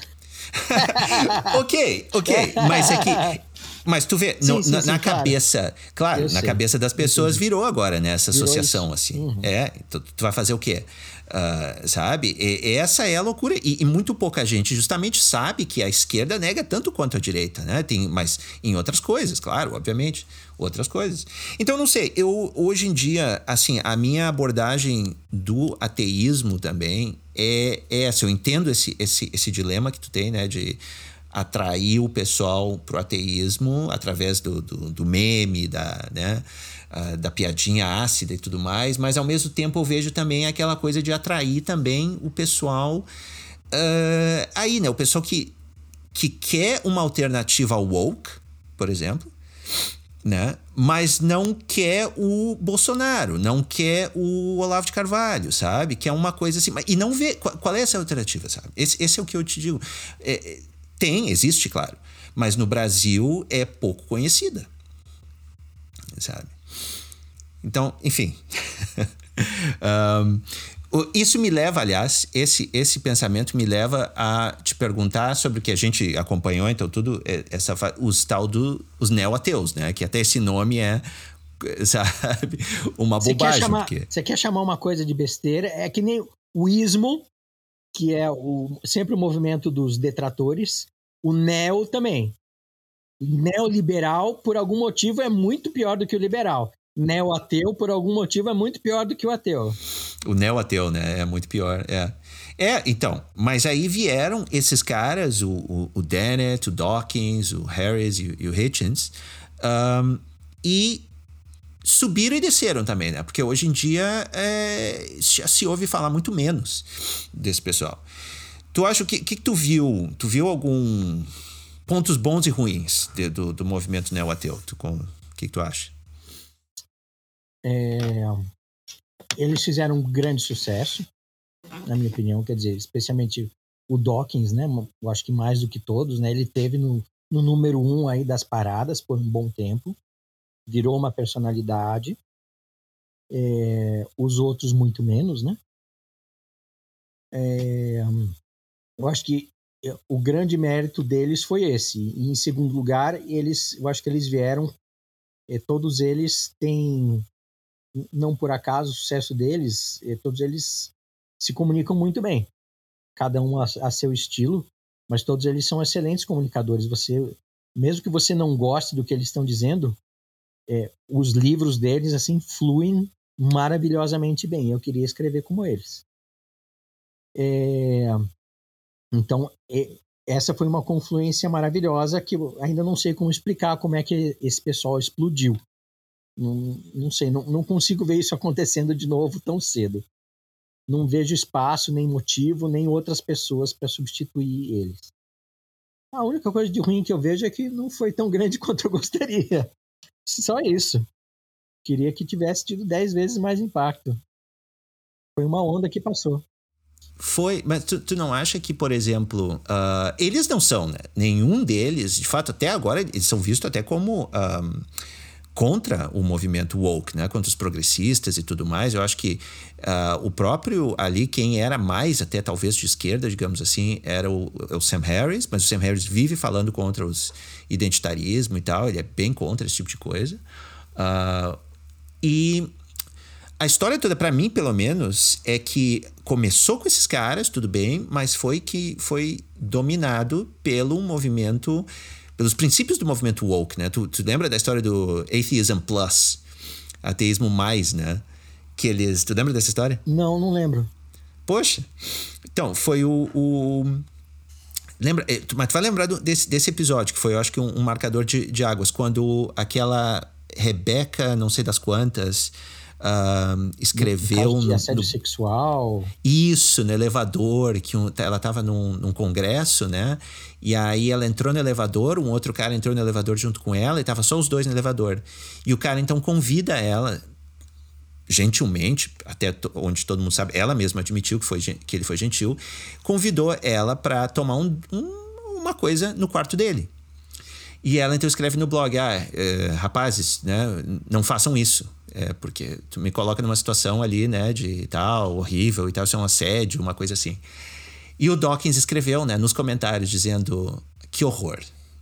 Ok, mas é que... Mas tu vê, na cabeça... Claro, na cabeça das pessoas virou agora, né? Essa associação, assim. Uhum. Tu vai fazer o quê? Sabe? Essa é a loucura. E muito pouca gente justamente sabe que a esquerda nega tanto quanto a direita, né? Mas em outras coisas, claro, obviamente. Outras coisas. Então, não sei. Hoje em dia, assim, a minha abordagem do ateísmo também é essa. Eu entendo esse dilema que tu tem, né? De atrair o pessoal pro ateísmo através do meme, da piadinha ácida e tudo mais, mas ao mesmo tempo eu vejo também aquela coisa de atrair também o pessoal aí, né? O pessoal que quer uma alternativa ao woke, por exemplo, né? Mas não quer o Bolsonaro, não quer o Olavo de Carvalho, sabe? Que é uma coisa assim, e não vê qual é essa alternativa, sabe? Esse é o que eu te digo. Existe, claro, mas no Brasil é pouco conhecida, sabe? Então, enfim. Isso me leva, aliás, esse pensamento me leva a te perguntar sobre o que a gente acompanhou, então tudo, os neo-ateus, né? Que até esse nome é, sabe, uma bobagem. Você quer chamar uma coisa de besteira, é que nem o ismo, que é sempre o movimento dos detratores, o neo também. Neoliberal, por algum motivo, é muito pior do que o liberal. Neo-ateu, por algum motivo, é muito pior do que o ateu. O neo-ateu, né? É muito pior, então, mas aí vieram esses caras, o Dennett, o Dawkins, o Harris e o Hitchens, e subiram e desceram também, né? Porque hoje em dia já se ouve falar muito menos desse pessoal. Tu acha que tu viu? Tu viu algum pontos bons e ruins do movimento neo-ateu? O que tu acha? Eles fizeram um grande sucesso, na minha opinião, quer dizer, especialmente o Dawkins, né? Eu acho que mais do que todos, né? Ele teve no número 1 aí das paradas por um bom tempo, virou uma personalidade. Os outros muito menos, né? Eu acho que o grande mérito deles foi esse. E, em segundo lugar, eu acho que eles vieram, todos eles têm, não por acaso, o sucesso deles, todos eles se comunicam muito bem. Cada um a seu estilo, mas todos eles são excelentes comunicadores. Mesmo que você não goste do que eles estão dizendo, os livros deles, assim, fluem maravilhosamente bem. Eu queria escrever como eles. Então, essa foi uma confluência maravilhosa que eu ainda não sei como explicar como é que esse pessoal explodiu. Não sei, não consigo ver isso acontecendo de novo tão cedo. Não vejo espaço, nem motivo, nem outras pessoas para substituir eles. A única coisa de ruim que eu vejo é que não foi tão grande quanto eu gostaria. Só isso. Queria que tivesse tido 10 vezes mais impacto. Foi uma onda que passou. Foi, mas tu não acha que, por exemplo, eles não são, né? Nenhum deles, de fato, até agora, eles são vistos até como contra o movimento woke, né? Contra os progressistas e tudo mais. Eu acho que o próprio ali, quem era mais até talvez de esquerda, digamos assim, era o Sam Harris, mas o Sam Harris vive falando contra os identitarismo e tal, ele é bem contra esse tipo de coisa. E a história toda, para mim, pelo menos, é que começou com esses caras, tudo bem, mas foi dominado pelo movimento, pelos princípios do movimento woke, né? Tu lembra da história do Atheism Plus, ateísmo mais, né? Tu lembra dessa história? Não lembro. Poxa, então, foi lembra, mas tu vai lembrar desse episódio, que foi, eu acho que um marcador de águas, quando aquela Rebeca, não sei das quantas, escreveu de assédio sexual. Isso, no elevador, que ela estava num congresso, né? E aí ela entrou no elevador, um outro cara entrou no elevador junto com ela e tava só os dois no elevador. E o cara então convida ela, gentilmente, até onde todo mundo sabe, ela mesma admitiu que ele foi gentil, convidou ela para tomar uma coisa no quarto dele. E ela então escreve no blog, rapazes, né, não façam isso. Porque tu me coloca numa situação ali, né, de tal, horrível e tal, isso é um assédio, uma coisa assim. E o Dawkins escreveu, né, nos comentários dizendo, que horror.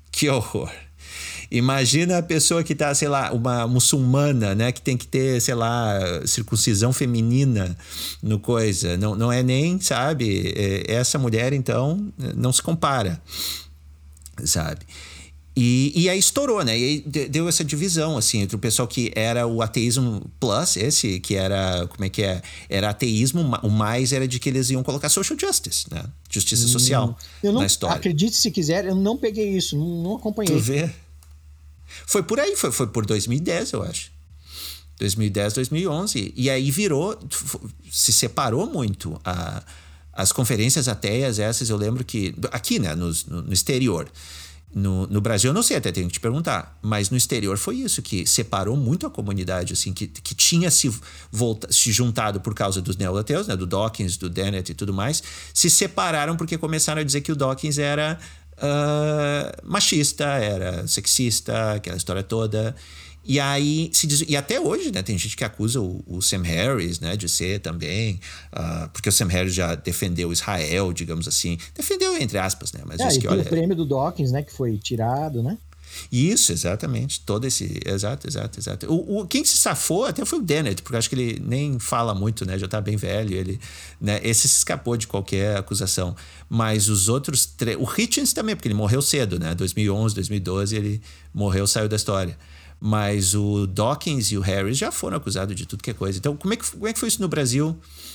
Imagina a pessoa que tá, sei lá, uma muçulmana, né, que tem que ter, sei lá, circuncisão feminina no coisa. Não é nem, sabe, essa mulher, então, não se compara, sabe? E aí estourou, né? E aí deu essa divisão, assim, entre o pessoal que era o ateísmo plus, esse que era, como é que é? Era ateísmo, o mais era de que eles iam colocar social justice, né? Justiça social na história. Acredite se quiser, eu não peguei isso, não acompanhei. Tu vê? Foi por aí, foi por 2010, eu acho. 2010, 2011. E aí se separou muito. As conferências ateias essas, eu lembro que, aqui, né, no exterior, no Brasil, eu não sei, até tenho que te perguntar, mas no exterior foi isso, que separou muito a comunidade, assim, que tinha se juntado por causa dos neo-ateus, né, do Dawkins, do Dennett e tudo mais, se separaram porque começaram a dizer que o Dawkins era machista, era sexista, aquela história toda. E aí e até hoje, né, tem gente que acusa o Sam Harris, né, de ser também, porque o Sam Harris já defendeu Israel, digamos assim, defendeu entre aspas, né, mas isso que olha, o prêmio do Dawkins, né, que foi tirado, né? Isso, exatamente, todo esse, exato. Quem se safou até foi o Dennett, porque acho que ele nem fala muito, né, já tá bem velho, ele, né, esse se escapou de qualquer acusação, mas os outros o Hitchens também, porque ele morreu cedo, né, 2011, 2012 ele morreu, saiu da história. Mas o Dawkins e o Harris já foram acusados de tudo que é coisa. Então, como é que foi isso no Brasil?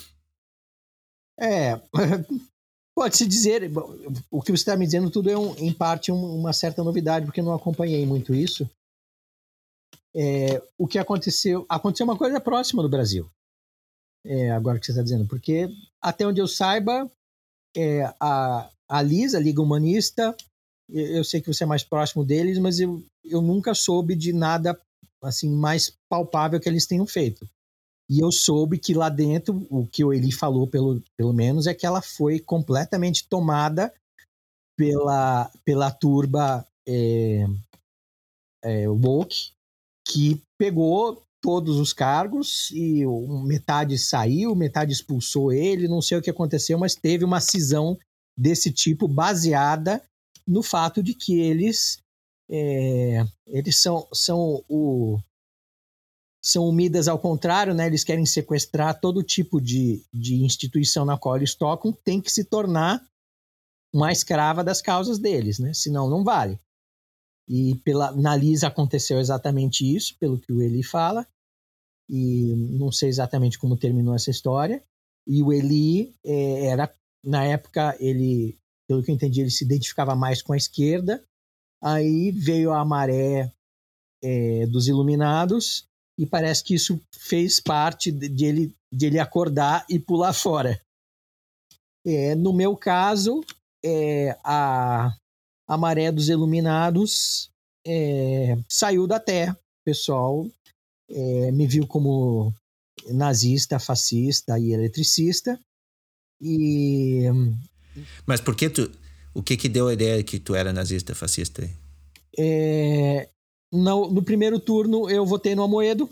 Pode-se dizer, o que você está me dizendo tudo é, em parte, uma certa novidade, porque eu não acompanhei muito isso. O que aconteceu uma coisa próxima do Brasil, agora que você está dizendo, porque até onde eu saiba, a LIS, a Liga Humanista, eu sei que você é mais próximo deles, mas eu nunca soube de nada assim mais palpável que eles tenham feito. E eu soube que lá dentro, o que ele falou, pelo menos, é que ela foi completamente tomada pela turba woke, que pegou todos os cargos e metade saiu, metade expulsou ele, não sei o que aconteceu, mas teve uma cisão desse tipo baseada no fato de que eles são Midas ao contrário, né? Eles querem sequestrar todo tipo de instituição na qual eles tocam, tem que se tornar uma escrava das causas deles, né? Senão não vale. E na Lisa aconteceu exatamente isso, pelo que o Eli fala. e não sei exatamente como terminou essa história. E o Eli na época, ele, pelo que eu entendi, ele se identificava mais com a esquerda. Aí veio a maré dos iluminados e parece que isso fez parte de ele acordar e pular fora. No meu caso, a maré dos iluminados saiu da Terra. O pessoal me viu como nazista, fascista e eletricista. Mas por que o que deu a ideia que tu era nazista, fascista? No primeiro turno eu votei no Amoedo.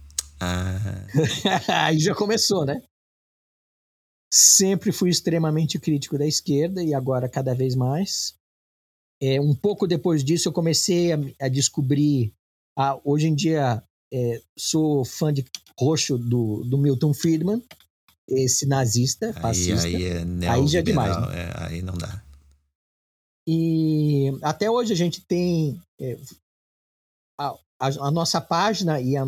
Aí já começou, né? Sempre fui extremamente crítico da esquerda e agora cada vez mais. Um pouco depois disso eu comecei a descobrir. Hoje em dia sou fã de roxo do Milton Friedman, esse nazista, fascista. Aí é aí já é demais, né? Aí não dá. E até hoje a gente tem a nossa página e o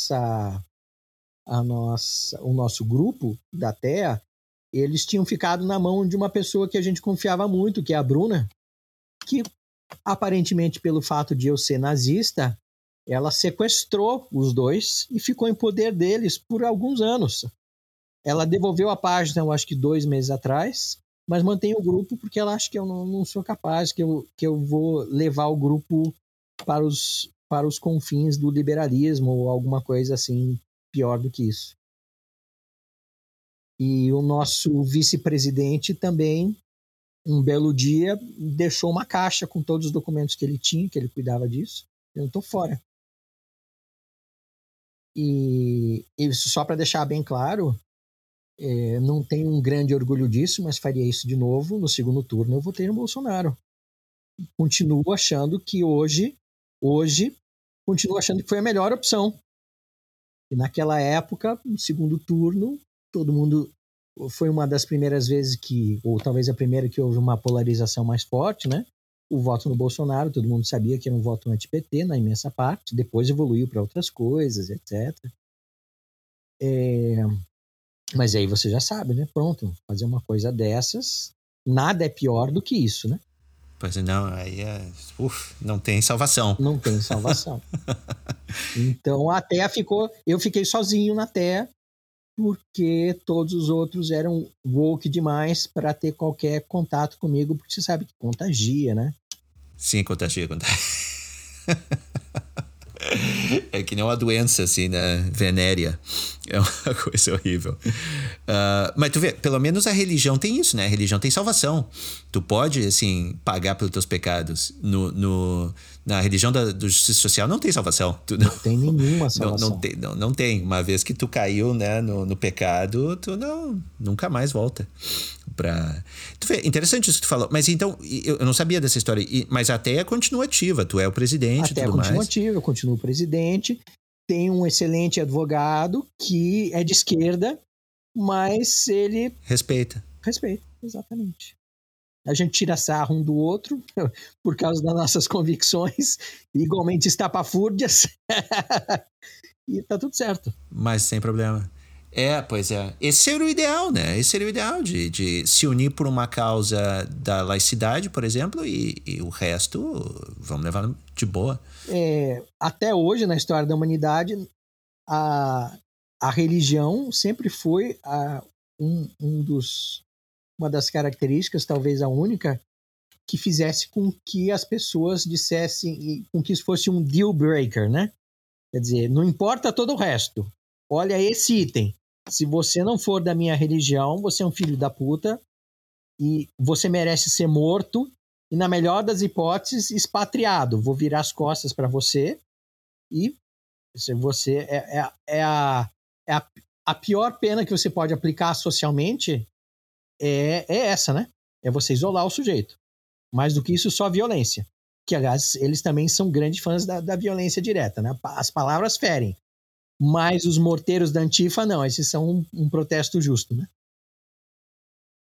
nosso grupo da Terra, eles tinham ficado na mão de uma pessoa que a gente confiava muito, que é a Bruna, que aparentemente pelo fato de eu ser nazista, ela sequestrou os dois e ficou em poder deles por alguns anos. Ela devolveu a página, eu acho que 2 meses atrás, mas mantém o grupo porque ela acha que eu não sou capaz, que eu vou levar o grupo para os confins do liberalismo ou alguma coisa assim pior do que isso. E o nosso vice-presidente também, um belo dia, deixou uma caixa com todos os documentos que ele tinha, que ele cuidava disso. Eu estou fora. E isso só para deixar bem claro, não tenho um grande orgulho disso, mas faria isso de novo. No segundo turno eu votei no Bolsonaro. Continuo achando que hoje, continuo achando que foi a melhor opção. E naquela época, no segundo turno, todo mundo... Foi uma das primeiras vezes ou talvez a primeira que houve uma polarização mais forte, né? O voto no Bolsonaro, todo mundo sabia que era um voto anti-PT na imensa parte, depois evoluiu para outras coisas, etc. Mas aí você já sabe, né? Pronto, fazer uma coisa dessas, nada é pior do que isso, né? Pois não, aí não tem salvação. Não tem salvação. Então a Terra eu fiquei sozinho na Terra, porque todos os outros eram woke demais para ter qualquer contato comigo, porque você sabe que contagia, né? Sim, contagia. É que nem uma doença, assim, né? Venérea. É uma coisa horrível. Mas tu vê, pelo menos a religião tem isso, né? A religião tem salvação. Tu pode, assim, pagar pelos teus pecados. Na religião do justiça social não tem salvação. Não tem nenhuma salvação. Não tem. Uma vez que tu caiu, né, no pecado, tu nunca mais volta. Tu vê, interessante isso que tu falou. Mas então, eu não sabia dessa história. Mas a TEA continua ativa. Tu é o presidente e tudo mais. A TEA continua ativa, eu continuo presidente. Tem um excelente advogado que é de esquerda, mas ele... Respeita, exatamente. A gente tira sarro um do outro por causa das nossas convicções, igualmente estapafúrdias, e tá tudo certo. Mas sem problema. Pois é. Esse seria o ideal, né? Esse seria o ideal de se unir por uma causa da laicidade, por exemplo, e o resto vamos levar de boa. Até hoje, na história da humanidade, a religião sempre foi uma das características, talvez a única, que fizesse com que as pessoas dissessem, com que isso fosse um deal breaker, né? Quer dizer, não importa todo o resto. Olha esse item. Se você não for da minha religião, você é um filho da puta e você merece ser morto e, na melhor das hipóteses, expatriado. Vou virar as costas para você e você a pior pena que você pode aplicar socialmente é essa, né? É você isolar o sujeito. Mais do que isso, só violência. Que, aliás, eles também são grandes fãs da violência direta, né? As palavras ferem. Mas os morteiros da Antifa, não. Esses são um protesto justo, né?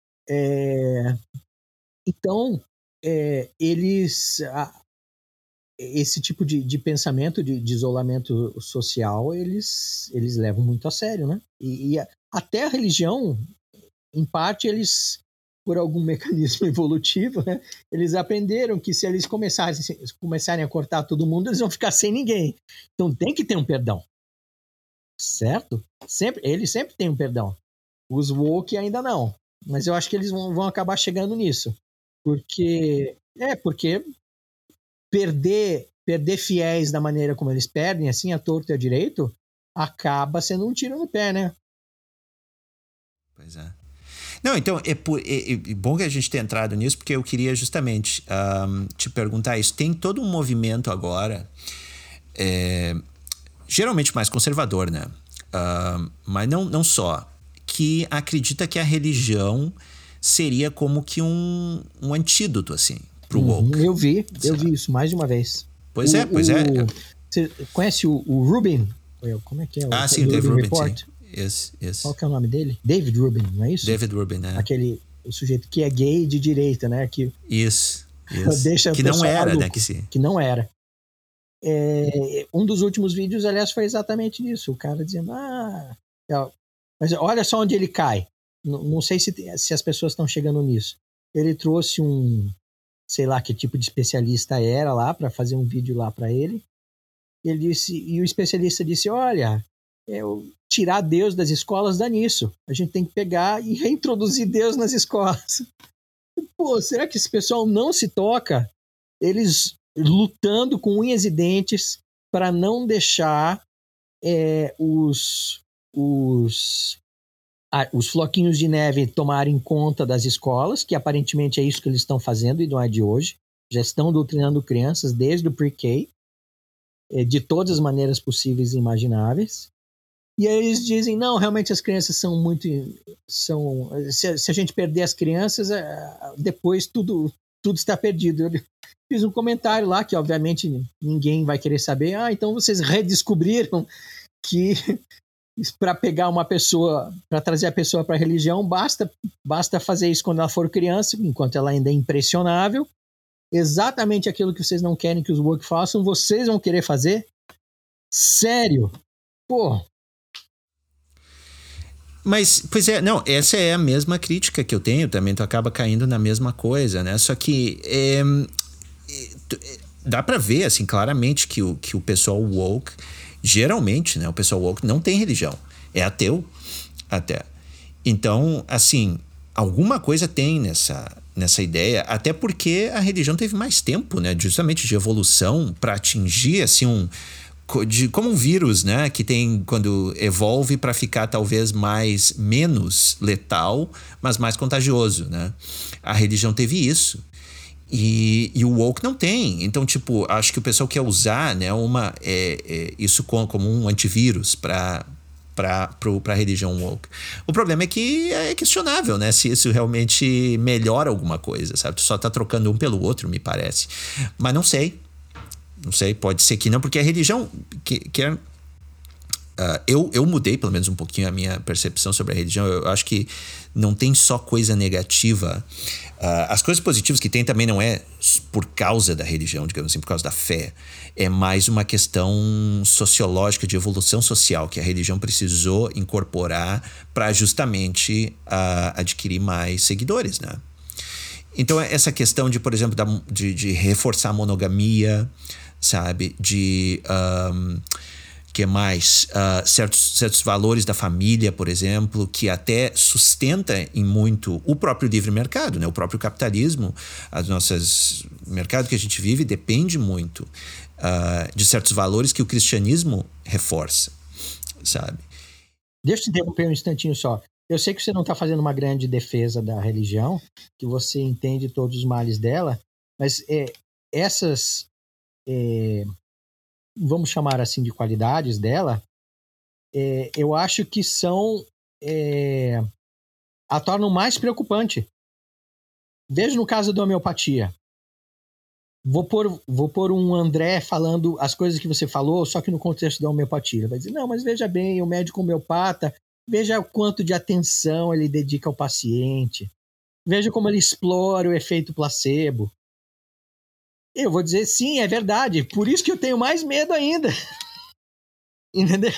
Então, eles... esse tipo de pensamento de isolamento social, eles levam muito a sério, né? E até a religião, em parte, eles, por algum mecanismo evolutivo, né, eles aprenderam que se eles começarem a cortar todo mundo, eles vão ficar sem ninguém. Então tem que ter um perdão, certo? Eles sempre têm um perdão. Os woke ainda não, mas eu acho que eles vão acabar chegando nisso. Porque perder fiéis da maneira como eles perdem, assim, a torto e a direito, acaba sendo um tiro no pé, né? Pois é. Não, então, é bom que a gente tenha entrado nisso, porque eu queria justamente te perguntar isso. Tem todo um movimento agora, geralmente mais conservador, né? Mas não só, que acredita que a religião seria como que um antídoto, assim, pro woke. Eu vi isso mais de uma vez. Pois é. Você conhece o Rubin? Como é que é? Sim, o Dave Rubin, Report? sim. Yes. Qual que é o nome dele? David Rubin, não é isso? David Rubin, né? O sujeito que é gay de direita, né? Que Isso. deixa que não era, maluco, né? Que não era. Um dos últimos vídeos, aliás, foi exatamente isso. O cara dizendo, mas olha só onde ele cai. Não sei se as pessoas estão chegando nisso. Ele trouxe sei lá que tipo de especialista era lá para fazer um vídeo lá para ele. E o especialista disse, olha, tirar Deus das escolas dá nisso. A gente tem que pegar e reintroduzir Deus nas escolas. Pô, será que esse pessoal não se toca? Eles lutando com unhas e dentes para não deixar os floquinhos de neve tomarem conta das escolas, que aparentemente é isso que eles estão fazendo e não é de hoje. Já estão doutrinando crianças desde o pre-K, de todas as maneiras possíveis e imagináveis. E aí eles dizem, não, realmente as crianças são muito... se a gente perder as crianças, depois tudo está perdido. Eu fiz um comentário lá que, obviamente, ninguém vai querer saber. Então vocês redescobriram que para pegar uma pessoa, para trazer a pessoa para a religião, basta fazer isso quando ela for criança, enquanto ela ainda é impressionável. Exatamente aquilo que vocês não querem que os woke façam, vocês vão querer fazer? Sério? Pô. Mas, pois é, não, essa é a mesma crítica que eu tenho também, tu acaba caindo na mesma coisa, né? Só que dá pra ver, assim, claramente que o pessoal woke, geralmente, né, o pessoal woke não tem religião, é ateu até. Então, assim, alguma coisa tem nessa ideia, até porque a religião teve mais tempo, né, justamente de evolução para atingir, assim, como um vírus, né, que tem quando evolve para ficar talvez menos letal, mas mais contagioso, né? A religião teve isso. E o woke não tem. Então, tipo, acho que o pessoal quer usar, né, isso como um antivírus para a religião woke. O problema é que é questionável, né, se isso realmente melhora alguma coisa, sabe? Tu só tá trocando um pelo outro, me parece. Mas não sei, pode ser que não, porque a religião eu mudei pelo menos um pouquinho a minha percepção sobre a religião. Eu acho que não tem só coisa negativa. As coisas positivas que tem também não é por causa da religião, digamos assim, por causa da fé. É mais uma questão sociológica, de evolução social, que a religião precisou incorporar para justamente adquirir mais seguidores, né? Então, essa questão de, por exemplo, de reforçar a monogamia, sabe? Que mais? Certos valores da família, por exemplo, que até sustenta em muito o próprio livre mercado, né? O próprio capitalismo. O mercado que a gente vive depende muito de certos valores que o cristianismo reforça, sabe? Deixa eu te interromper um instantinho só. Eu sei que você não está fazendo uma grande defesa da religião, que você entende todos os males dela, mas essas, vamos chamar assim de qualidades dela, eu acho que a tornam mais preocupante. Veja no caso da homeopatia. Vou pôr um André falando as coisas que você falou, só que no contexto da homeopatia. Ele vai dizer, não, mas veja bem, o médico homeopata, veja o quanto de atenção ele dedica ao paciente. Veja como ele explora o efeito placebo. Eu vou dizer sim, é verdade. Por isso que eu tenho mais medo ainda. Entendeu?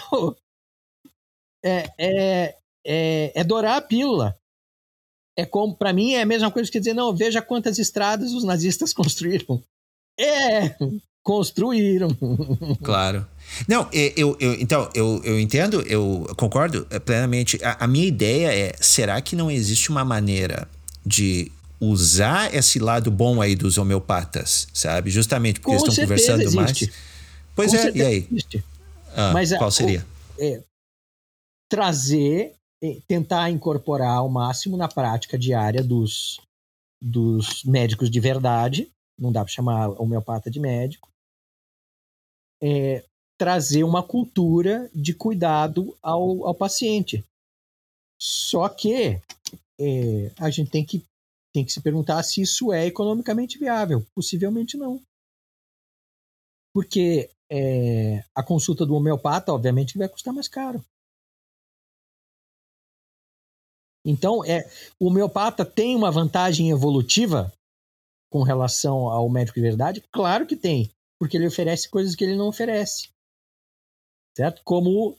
É dourar a pílula. É como, para mim, é a mesma coisa que dizer, não, veja quantas estradas os nazistas construíram. Construíram. Claro. Não, então, eu entendo, eu concordo plenamente. A minha ideia é, será que não existe uma maneira de usar esse lado bom aí dos homeopatas, sabe? Justamente porque eles Com estão certeza conversando existe. mais. Pois Com é, e certeza aí? existe. Ah, Mas qual seria? trazer, tentar incorporar ao máximo na prática diária dos médicos de verdade, não dá para chamar homeopata de médico, trazer uma cultura de cuidado ao paciente. Só que a gente tem que se perguntar se isso é economicamente viável. Possivelmente não. Porque a consulta do homeopata, obviamente, vai custar mais caro. Então, o homeopata tem uma vantagem evolutiva com relação ao médico de verdade? Claro que tem, porque ele oferece coisas que ele não oferece. Certo? Como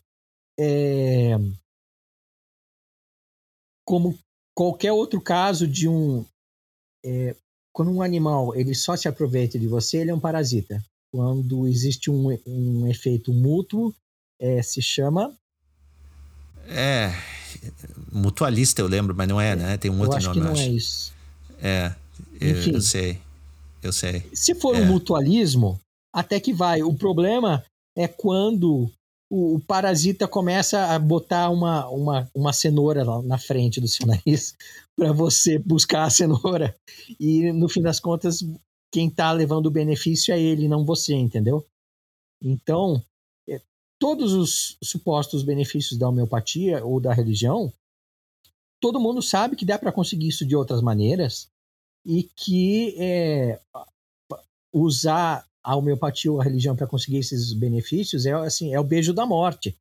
qualquer outro caso de quando um animal ele só se aproveita de você, ele é um parasita. Quando existe um efeito mútuo, se chama... Mutualista eu lembro, mas não é, né? Tem um Eu outro acho que nome, eu não é acho. isso. Eu Enfim, sei. Eu sei. se for um mutualismo, até que vai. O problema é quando o parasita começa a botar uma cenoura na frente do seu nariz para você buscar a cenoura. E, no fim das contas, quem está levando o benefício é ele, não você, entendeu? Então, todos os supostos benefícios da homeopatia ou da religião, todo mundo sabe que dá para conseguir isso de outras maneiras e que usar a homeopatia ou a religião para conseguir esses benefícios é o beijo da morte.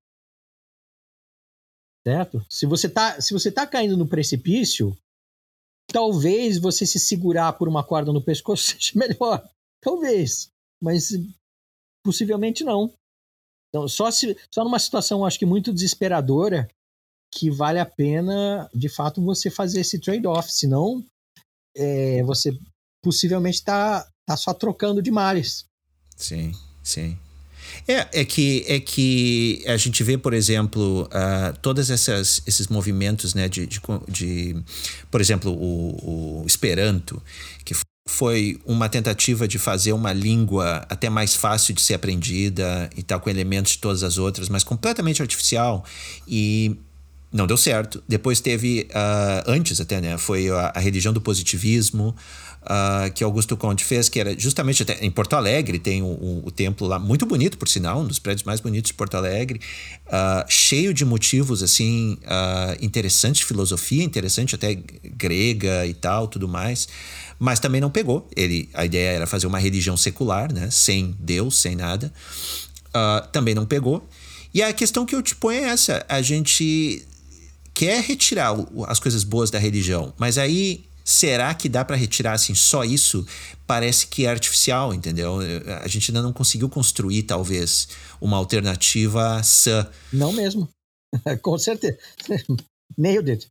Certo? Se você tá caindo no precipício, talvez você se segurar por uma corda no pescoço seja melhor. Talvez. Mas possivelmente não. Então, só numa situação, acho que muito desesperadora, que vale a pena, de fato, você fazer esse trade-off. Senão, você possivelmente está só trocando de males. Sim, sim. É que a gente vê, por exemplo, todos esses movimentos, né, por exemplo, o Esperanto, que foi uma tentativa de fazer uma língua até mais fácil de ser aprendida e tal, com elementos de todas as outras, mas completamente artificial, e não deu certo. Depois teve, antes até, né, foi a religião do positivismo, que Augusto Conte fez, que era justamente até em Porto Alegre, tem o templo lá, muito bonito, por sinal, um dos prédios mais bonitos de Porto Alegre, cheio de motivos, assim, interessantes, filosofia interessante, até grega e tal, tudo mais, mas também não pegou. A ideia era fazer uma religião secular, né, sem Deus, sem nada, também não pegou. E a questão que eu te ponho é essa: a gente quer retirar as coisas boas da religião, mas aí será que dá para retirar assim só isso? Parece que é artificial, entendeu? A gente ainda não conseguiu construir talvez uma alternativa sã. Não mesmo. Com certeza. Nailed it.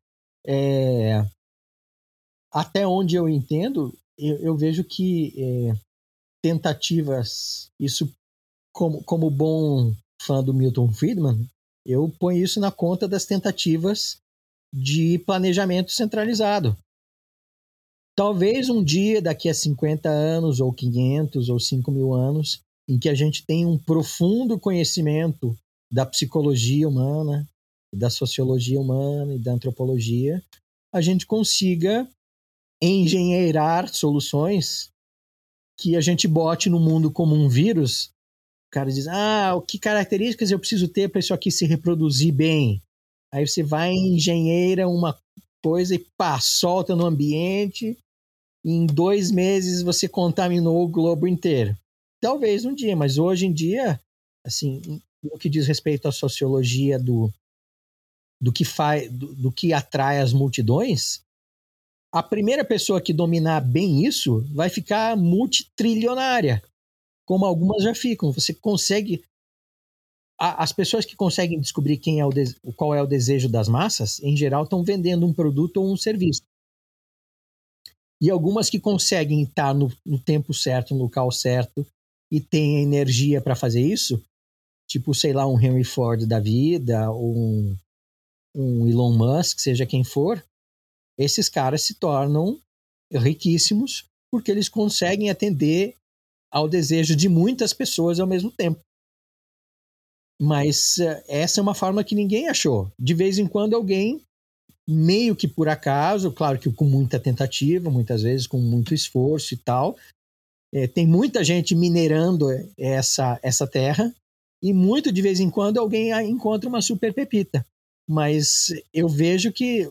Até onde eu entendo, eu vejo que tentativas, isso como bom fã do Milton Friedman, eu ponho isso na conta das tentativas de planejamento centralizado. Talvez um dia, daqui a 50 anos, ou 500, ou 5.000 anos, em que a gente tem um profundo conhecimento da psicologia humana, da sociologia humana e da antropologia, a gente consiga engenheirar soluções que a gente bote no mundo como um vírus. O cara diz, que características eu preciso ter para isso aqui se reproduzir bem? Aí você vai e engenheira uma coisa e solta no ambiente, e em 2 meses você contaminou o globo inteiro. Talvez um dia, mas hoje em dia, assim, no que diz respeito à sociologia do que atrai as multidões, a primeira pessoa que dominar bem isso vai ficar multitrilionária, como algumas já ficam. Você consegue... As pessoas que conseguem descobrir qual é o desejo das massas, em geral, estão vendendo um produto ou um serviço. E algumas que conseguem estar no tempo certo, no local certo, e têm energia para fazer isso, tipo, sei lá, um Henry Ford da vida, ou um Elon Musk, seja quem for, esses caras se tornam riquíssimos porque eles conseguem atender ao desejo de muitas pessoas ao mesmo tempo. Mas essa é uma forma que ninguém achou. De vez em quando alguém, meio que por acaso, claro que com muita tentativa, muitas vezes com muito esforço e tal, tem muita gente minerando essa terra, e muito de vez em quando alguém encontra uma super pepita. Mas eu vejo que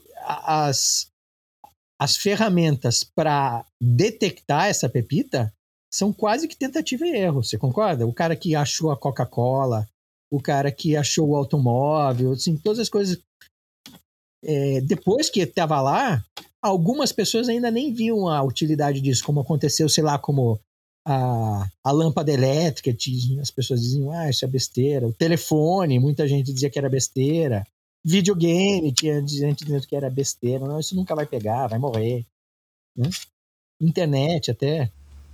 as ferramentas para detectar essa pepita são quase que tentativa e erro, você concorda? O cara que achou a Coca-Cola, o cara que achou o automóvel, assim, todas as coisas. Depois que estava lá, algumas pessoas ainda nem viam a utilidade disso, como aconteceu, sei lá, como a lâmpada elétrica, as pessoas diziam, isso é besteira. O telefone, muita gente dizia que era besteira. Videogame, tinha gente dizendo que era besteira. Não, isso nunca vai pegar, vai morrer. Né? Internet até.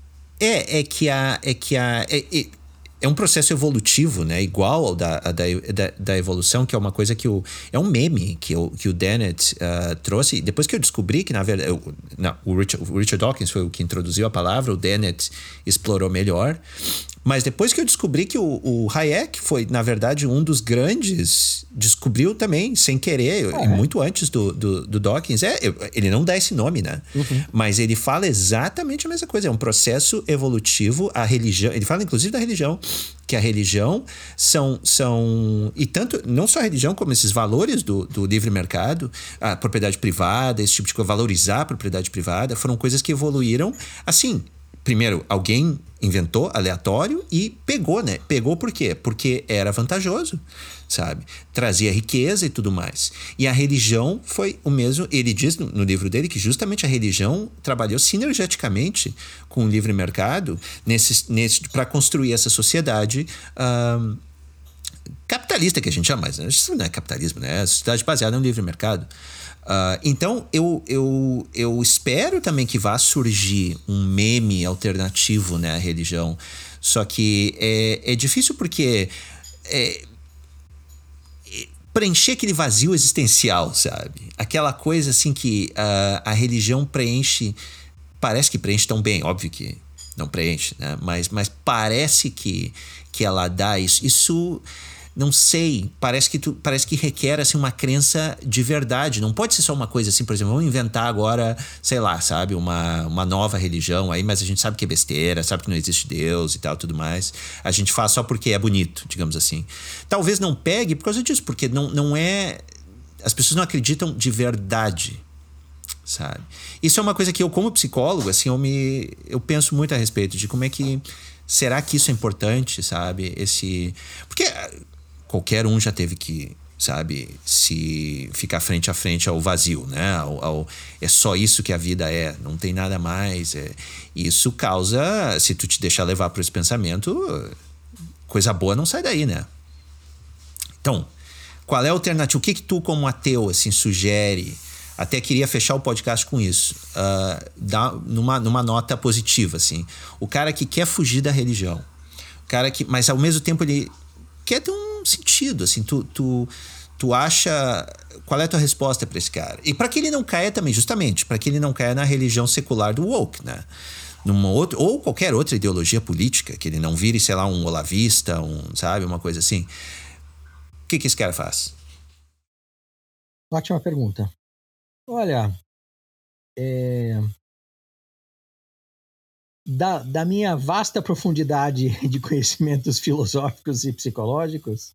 É um processo evolutivo, né? Igual ao da evolução, que é uma coisa que é um meme que o Dennett trouxe. Depois que eu descobri que, na verdade, o Richard Dawkins foi o que introduziu a palavra, o Dennett explorou melhor. Mas depois que eu descobri que o Hayek foi, na verdade, um dos grandes, descobriu também, sem querer, muito antes do Dawkins. Ele não dá esse nome, né? Uhum. Mas ele fala exatamente a mesma coisa. É um processo evolutivo. A religião, ele fala inclusive da religião, que a religião são e tanto, não só a religião, como esses valores do livre mercado, a propriedade privada, esse tipo de coisa, valorizar a propriedade privada, foram coisas que evoluíram assim. Primeiro, alguém inventou aleatório e pegou, né? Pegou por quê? Porque era vantajoso, sabe? Trazia riqueza e tudo mais. E a religião foi o mesmo. Ele diz no livro dele que justamente a religião trabalhou sinergeticamente com o livre mercado para construir essa sociedade capitalista, que a gente chama, mas isso não é capitalismo, né? É sociedade baseada no livre mercado. Então, eu espero também que vá surgir um meme alternativo, né, à religião. Só que é difícil porque preencher aquele vazio existencial, sabe? Aquela coisa assim que a religião preenche, parece que preenche tão bem, óbvio que não preenche, né? Mas parece que ela dá isso. Isso... Não sei, parece que requer assim, uma crença de verdade. Não pode ser só uma coisa assim, por exemplo, vamos inventar agora, sei lá, sabe, uma nova religião aí, mas a gente sabe que é besteira, sabe que não existe Deus e tal, tudo mais. A gente faz só porque é bonito, digamos assim. Talvez não pegue por causa disso, porque não é... As pessoas não acreditam de verdade, sabe? Isso é uma coisa que eu, como psicólogo, assim, eu penso muito a respeito de como é que... Será que isso é importante, sabe? Porque... Qualquer um já teve que, sabe, se ficar frente a frente ao vazio, né? É só isso que a vida é, não tem nada mais. Isso causa, se tu te deixar levar por esse pensamento, coisa boa não sai daí, né? Então, qual é a alternativa? O que tu, como ateu, assim, sugere? Até queria fechar o podcast com isso. Numa nota positiva, assim. O cara que quer fugir da religião. Mas ao mesmo tempo ele quer ter um sentido, assim, tu acha... Qual é a tua resposta para esse cara? E para que ele não caia também, justamente, para que ele não caia na religião secular do woke, né? Ou qualquer outra ideologia política, que ele não vire, sei lá, um olavista, sabe, uma coisa assim. O que esse cara faz? Ótima pergunta. Olha, da minha vasta profundidade de conhecimentos filosóficos e psicológicos,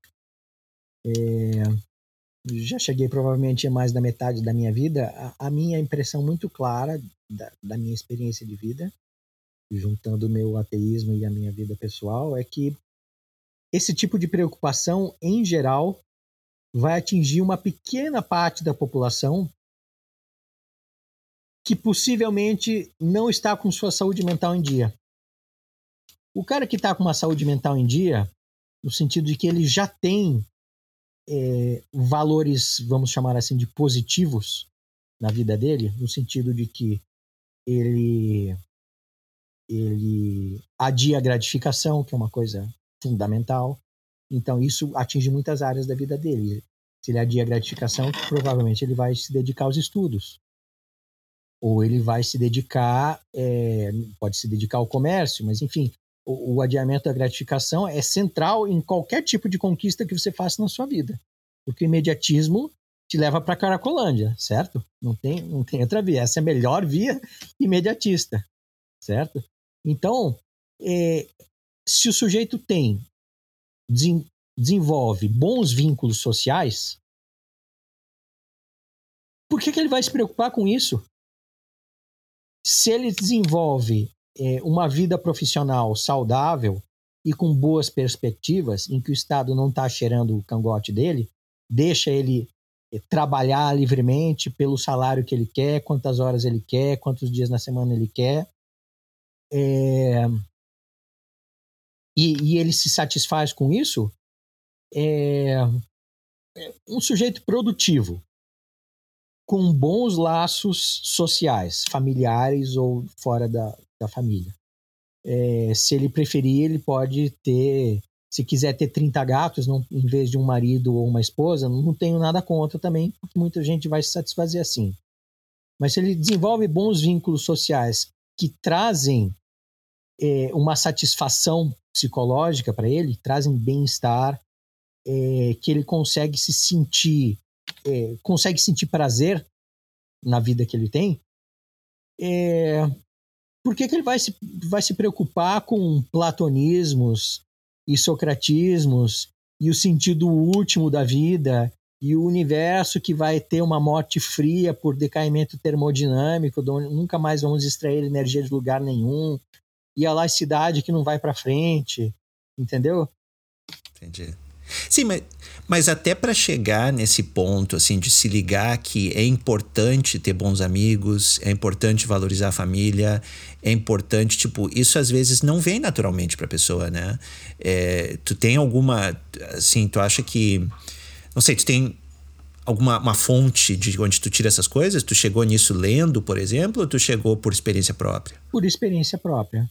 já cheguei provavelmente a mais da metade da minha vida. A minha impressão muito clara da minha experiência de vida, juntando o meu ateísmo e a minha vida pessoal, é que esse tipo de preocupação, em geral, vai atingir uma pequena parte da população que possivelmente não está com sua saúde mental em dia. O cara que está com uma saúde mental em dia, no sentido de que ele já tem valores, vamos chamar assim, de positivos na vida dele, no sentido de que ele adia a gratificação, que é uma coisa fundamental. Então, isso atinge muitas áreas da vida dele. Se ele adia a gratificação, provavelmente ele vai se dedicar aos estudos. Ou ele vai se dedicar, pode se dedicar ao comércio, mas enfim, o adiamento da gratificação é central em qualquer tipo de conquista que você faça na sua vida. Porque o imediatismo te leva para a Caracolândia, certo? Não tem outra via. Essa é a melhor via imediatista, certo? Então, se o sujeito desenvolve bons vínculos sociais, por que ele vai se preocupar com isso? Se ele desenvolve uma vida profissional saudável e com boas perspectivas, em que o Estado não está cheirando o cangote dele, deixa ele trabalhar livremente pelo salário que ele quer, quantas horas ele quer, quantos dias na semana ele quer, e ele se satisfaz com isso, um sujeito produtivo, com bons laços sociais, familiares ou fora da família. Se ele preferir, ele pode ter, se quiser ter 30 gatos em vez de um marido ou uma esposa, não tenho nada contra também, porque muita gente vai se satisfazer assim. Mas se ele desenvolve bons vínculos sociais que trazem uma satisfação psicológica para ele, trazem bem-estar, que ele consegue sentir prazer na vida que ele tem, por que ele vai se preocupar com platonismos e socratismos e o sentido último da vida e o universo que vai ter uma morte fria por decaimento termodinâmico, nunca mais vamos extrair energia de lugar nenhum, e a laicidade que não vai para frente, entendeu? Entendi. Sim, mas até para chegar nesse ponto, assim, de se ligar que é importante ter bons amigos, é importante valorizar a família, é importante, tipo, isso às vezes não vem naturalmente pra pessoa, né? Tu tem alguma, assim, tu acha que, não sei, tu tem uma fonte de onde tu tira essas coisas? Tu chegou nisso lendo, por exemplo, ou tu chegou por experiência própria? Por experiência própria.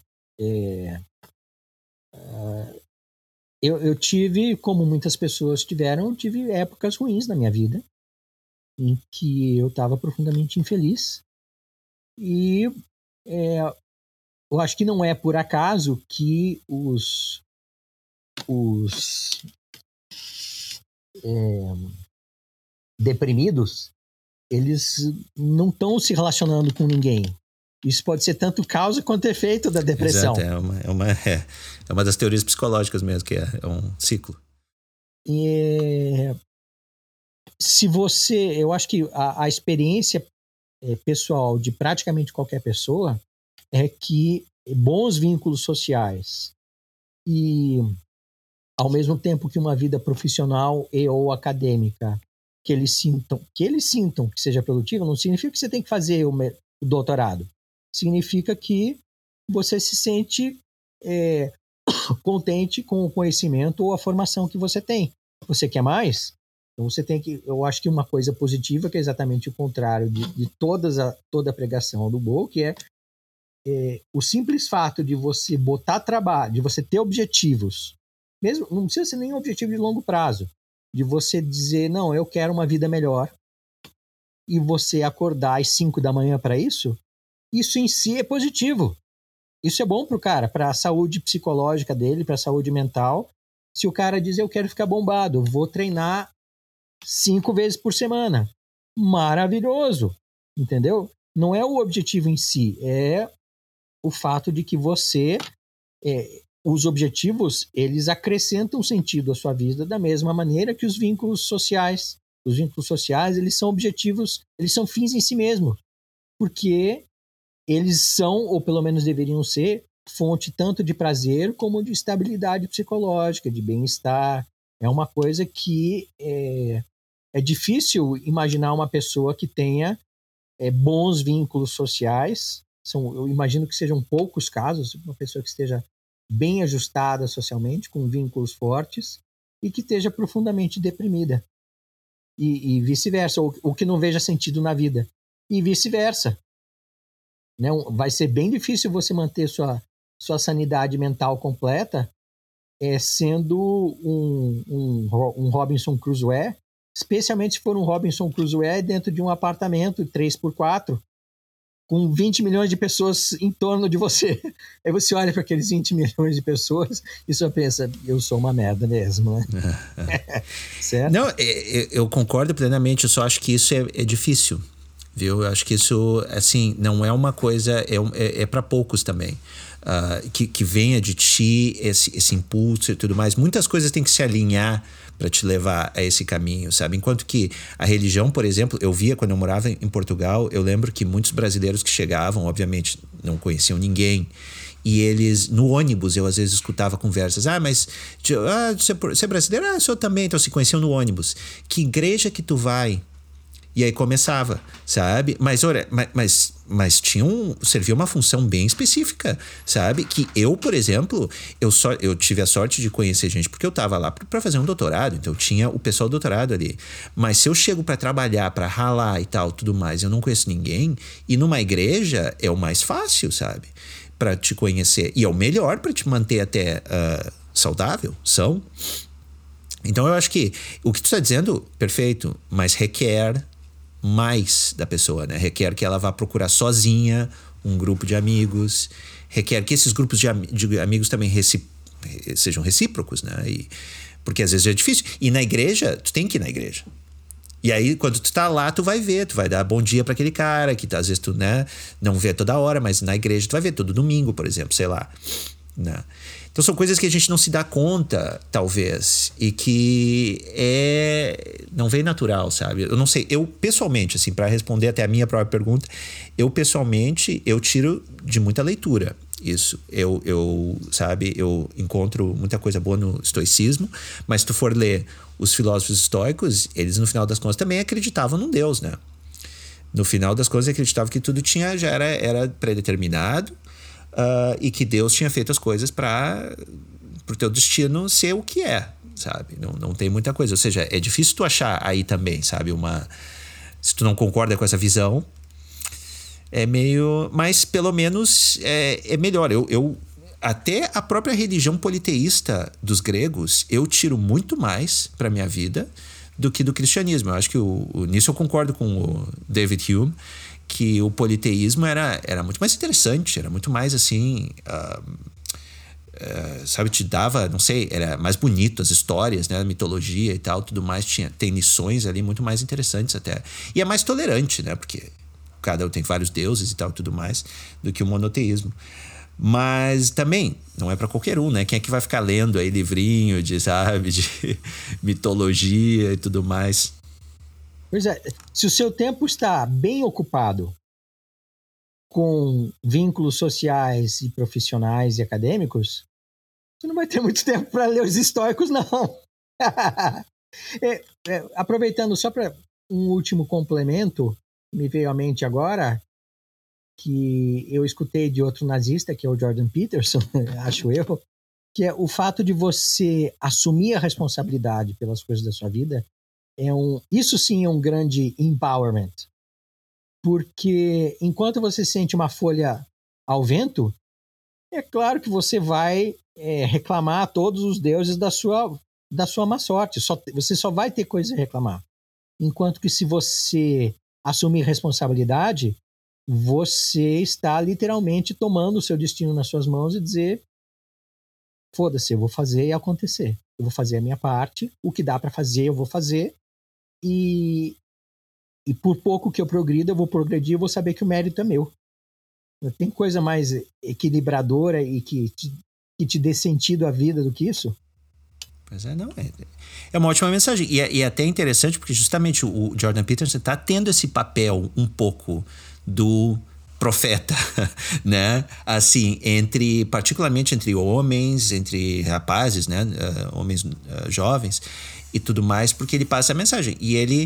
Eu tive, como muitas pessoas tiveram, tive épocas ruins na minha vida, em que eu estava profundamente infeliz. E eu acho que não é por acaso que os deprimidos, eles não estão se relacionando com ninguém. Isso pode ser tanto causa quanto efeito da depressão. Exato, é uma das teorias psicológicas mesmo, que é um ciclo. Eu acho que a experiência pessoal de praticamente qualquer pessoa é que bons vínculos sociais e, ao mesmo tempo que uma vida profissional e ou acadêmica que eles sintam que seja produtiva, não significa que você tem que fazer o doutorado. Significa que você se sente contente com o conhecimento ou a formação que você tem. Você quer mais? Então você tem que... Eu acho que uma coisa positiva, que é exatamente o contrário de toda a pregação do Bo, que é o simples fato de você botar trabalho, de você ter objetivos, mesmo não precisa ser nem um objetivo de longo prazo, de você dizer, não, eu quero uma vida melhor, e você acordar às 5 da manhã para isso em si é positivo. Isso é bom pro cara, para a saúde psicológica dele, para a saúde mental. Se o cara diz, eu quero ficar bombado, vou treinar 5 vezes por semana. Maravilhoso, entendeu? Não é o objetivo em si, é o fato de que você... os objetivos, eles acrescentam sentido à sua vida da mesma maneira que os vínculos sociais. Os vínculos sociais, eles são objetivos, eles são fins em si mesmos. Porque eles são, ou pelo menos deveriam ser, fonte tanto de prazer como de estabilidade psicológica, de bem-estar. É uma coisa que é difícil imaginar uma pessoa que tenha bons vínculos sociais. Eu imagino que sejam poucos casos, uma pessoa que esteja bem ajustada socialmente, com vínculos fortes, e que esteja profundamente deprimida. E vice-versa, ou que não veja sentido na vida. E vice-versa. Né? Vai ser bem difícil você manter sua sanidade mental completa sendo um Robinson Crusoe, especialmente se for um Robinson Crusoe dentro de um apartamento 3x4, com 20 milhões de pessoas em torno de você. Aí você olha para aqueles 20 milhões de pessoas e só pensa, eu sou uma merda mesmo, né? Certo? Não, eu concordo plenamente, eu só acho que isso é difícil, viu? Eu acho que isso, assim, não é uma coisa, é para poucos também. Que venha de ti esse impulso e tudo mais. Muitas coisas têm que se alinhar para te levar a esse caminho, sabe? Enquanto que a religião, por exemplo, eu via quando eu morava em Portugal, eu lembro que muitos brasileiros que chegavam, obviamente, não conheciam ninguém. E eles, no ônibus, eu às vezes escutava conversas. Mas você é brasileiro? Eu sou também. Então se conheciam no ônibus. Que igreja que tu vai? E aí começava, sabe? Mas olha, mas servia uma função bem específica, sabe? Que eu, por exemplo, eu tive a sorte de conhecer gente porque eu tava lá para fazer um doutorado, então eu tinha o pessoal do doutorado ali. Mas se eu chego para trabalhar, para ralar e tal, tudo mais, eu não conheço ninguém, e numa igreja é o mais fácil, sabe? Para te conhecer, e é o melhor para te manter até saudável, são. Então eu acho que o que tu está dizendo, perfeito, mas requer mais da pessoa, né? Requer que ela vá procurar sozinha um grupo de amigos, requer que esses grupos de amigos também sejam recíprocos, né? Porque às vezes é difícil. E na igreja, tu tem que ir na igreja. E aí, quando tu tá lá, tu vai ver, tu vai dar bom dia para aquele cara que às vezes tu, né, não vê toda hora, mas na igreja tu vai ver todo domingo, por exemplo, sei lá, né? Então são coisas que a gente não se dá conta, talvez, e que não vem natural, sabe? Eu não sei, eu pessoalmente, assim, para responder até a minha própria pergunta, eu pessoalmente, eu tiro de muita leitura isso. Sabe, eu encontro muita coisa boa no estoicismo, mas se tu for ler os filósofos estoicos, eles no final das contas também acreditavam num Deus, né? No final das contas acreditavam que tudo já era predeterminado, e que Deus tinha feito as coisas para o teu destino ser o que é, sabe? Não tem muita coisa. Ou seja, é difícil tu achar aí também, sabe? Se tu não concorda com essa visão, é meio... Mas pelo menos é melhor. Até a própria religião politeísta dos gregos, eu tiro muito mais para minha vida do que do cristianismo. Eu acho que nisso eu concordo com o David Hume, que o politeísmo era muito mais interessante, era muito mais assim, sabe, te dava, não sei, era mais bonito as histórias, né, a mitologia e tal, tudo mais, tem lições ali muito mais interessantes até. E é mais tolerante, né, porque cada um tem vários deuses e tal, tudo mais, do que o monoteísmo. Mas também não é para qualquer um, né? Quem é que vai ficar lendo aí livrinho de mitologia e tudo mais? Pois é, se o seu tempo está bem ocupado com vínculos sociais e profissionais e acadêmicos, você não vai ter muito tempo para ler os estoicos, não. Aproveitando só para um último complemento, me veio à mente agora, que eu escutei de outro nazista, que é o Jordan Peterson, acho eu, que é o fato de você assumir a responsabilidade pelas coisas da sua vida. Isso sim é um grande empowerment, porque enquanto você sente uma folha ao vento, é claro que você vai reclamar a todos os deuses da sua má sorte. Você só vai ter coisa a reclamar. Enquanto que se você assumir responsabilidade, você está literalmente tomando o seu destino nas suas mãos e dizer, foda-se, eu vou fazer e acontecer. Eu vou fazer a minha parte, o que dá para fazer eu vou fazer, e por pouco que eu progrida, eu vou progredir, eu vou saber que o mérito é meu. Tem coisa mais equilibradora e que te dê sentido à vida do que isso? Pois é uma ótima mensagem. E é até interessante porque justamente o Jordan Peterson está tendo esse papel um pouco do profeta, né? Assim, particularmente entre homens, entre rapazes, né? Homens jovens e tudo mais, porque ele passa a mensagem. E ele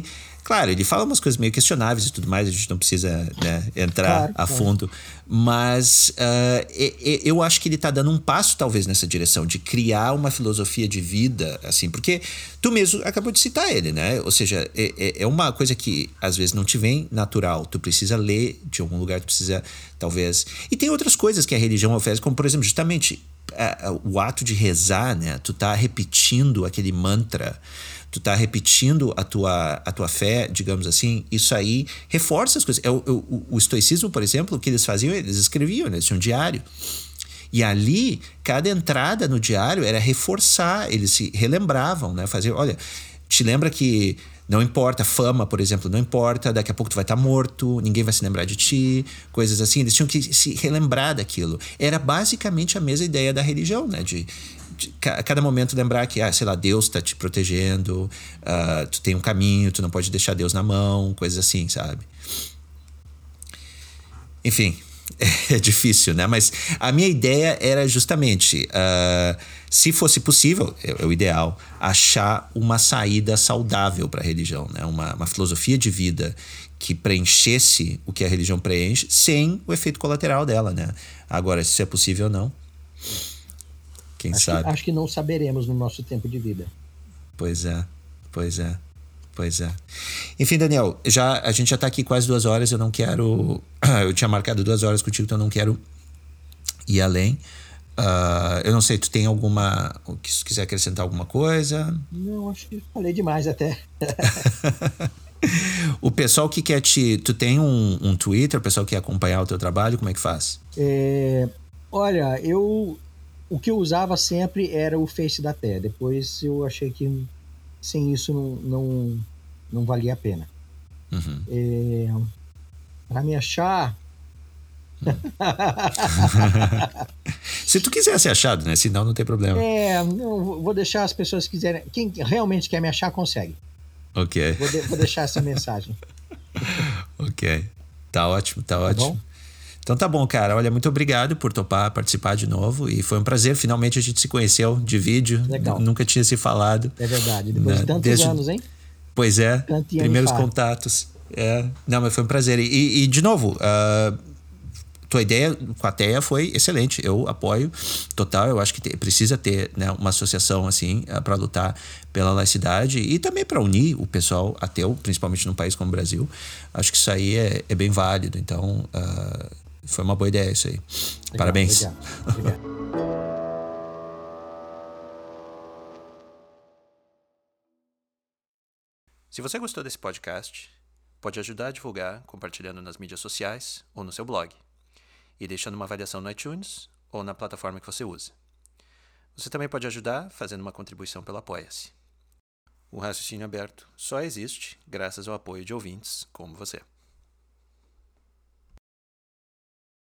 Claro, ele fala umas coisas meio questionáveis e tudo mais, a gente não precisa, né, entrar a fundo, mas eu acho que ele está dando um passo talvez nessa direção, de criar uma filosofia de vida, assim, porque tu mesmo acabou de citar ele, né? Ou seja, é uma coisa que às vezes não te vem natural, tu precisa ler de algum lugar, tu precisa talvez... E tem outras coisas que a religião oferece, como por exemplo, justamente o ato de rezar, né? Tu tá repetindo aquele mantra, tu tá repetindo a tua fé, digamos assim, isso aí reforça as coisas. O estoicismo, por exemplo, o que eles faziam, eles escreviam, né? Eles tinham um diário. E ali, cada entrada no diário era reforçar, eles se relembravam, né? Faziam, olha, te lembra que não importa, fama, por exemplo, não importa, daqui a pouco tu vai estar morto, ninguém vai se lembrar de ti, coisas assim. Eles tinham que se relembrar daquilo. Era basicamente a mesma ideia da religião, né? De cada momento lembrar que, sei lá, Deus está te protegendo, tu tem um caminho, tu não pode deixar Deus na mão, coisas assim, sabe? Enfim, é difícil, né? Mas a minha ideia era justamente, se fosse possível, é o ideal, achar uma saída saudável para a religião, né? Uma filosofia de vida que preenchesse o que a religião preenche, sem o efeito colateral dela, né? Agora, se isso é possível ou não, quem sabe? Acho que não saberemos no nosso tempo de vida. Pois é. Enfim, Daniel, a gente já tá aqui quase 2 horas, eu não quero... Eu tinha marcado 2 horas contigo, então eu não quero ir além. Eu não sei, tu tem alguma... Se quiser acrescentar alguma coisa? Não, acho que falei demais até. O pessoal que quer Tu tem um Twitter, o pessoal que quer acompanhar o teu trabalho, como é que faz? Olha, o que eu usava sempre era o Face da Té. Depois eu achei que sem isso não valia a pena. Uhum. Para me achar... Se tu quiser ser achado, né? Senão não tem problema. Eu vou deixar as pessoas que quiserem... Quem realmente quer me achar, consegue. Ok. Vou deixar essa mensagem. Ok. Tá ótimo. Bom? Então tá bom, cara. Olha, muito obrigado por topar participar de novo. E foi um prazer. Finalmente a gente se conheceu de vídeo. Legal. Nunca tinha se falado. É verdade. Depois de tantos anos, hein? Pois é. Tanto Primeiros contatos. Não, mas foi um prazer. E de novo, tua ideia com a TEA foi excelente. Eu apoio total. Eu acho que precisa ter, né, uma associação assim para lutar pela laicidade e também para unir o pessoal ateu, principalmente num país como o Brasil. Acho que isso aí é bem válido. Então, foi uma boa ideia isso aí. Legal, parabéns. Obrigado. Se você gostou desse podcast, pode ajudar a divulgar compartilhando nas mídias sociais ou no seu blog e deixando uma avaliação no iTunes ou na plataforma que você usa. Você também pode ajudar fazendo uma contribuição pelo Apoia-se. O Raciocínio Aberto só existe graças ao apoio de ouvintes como você.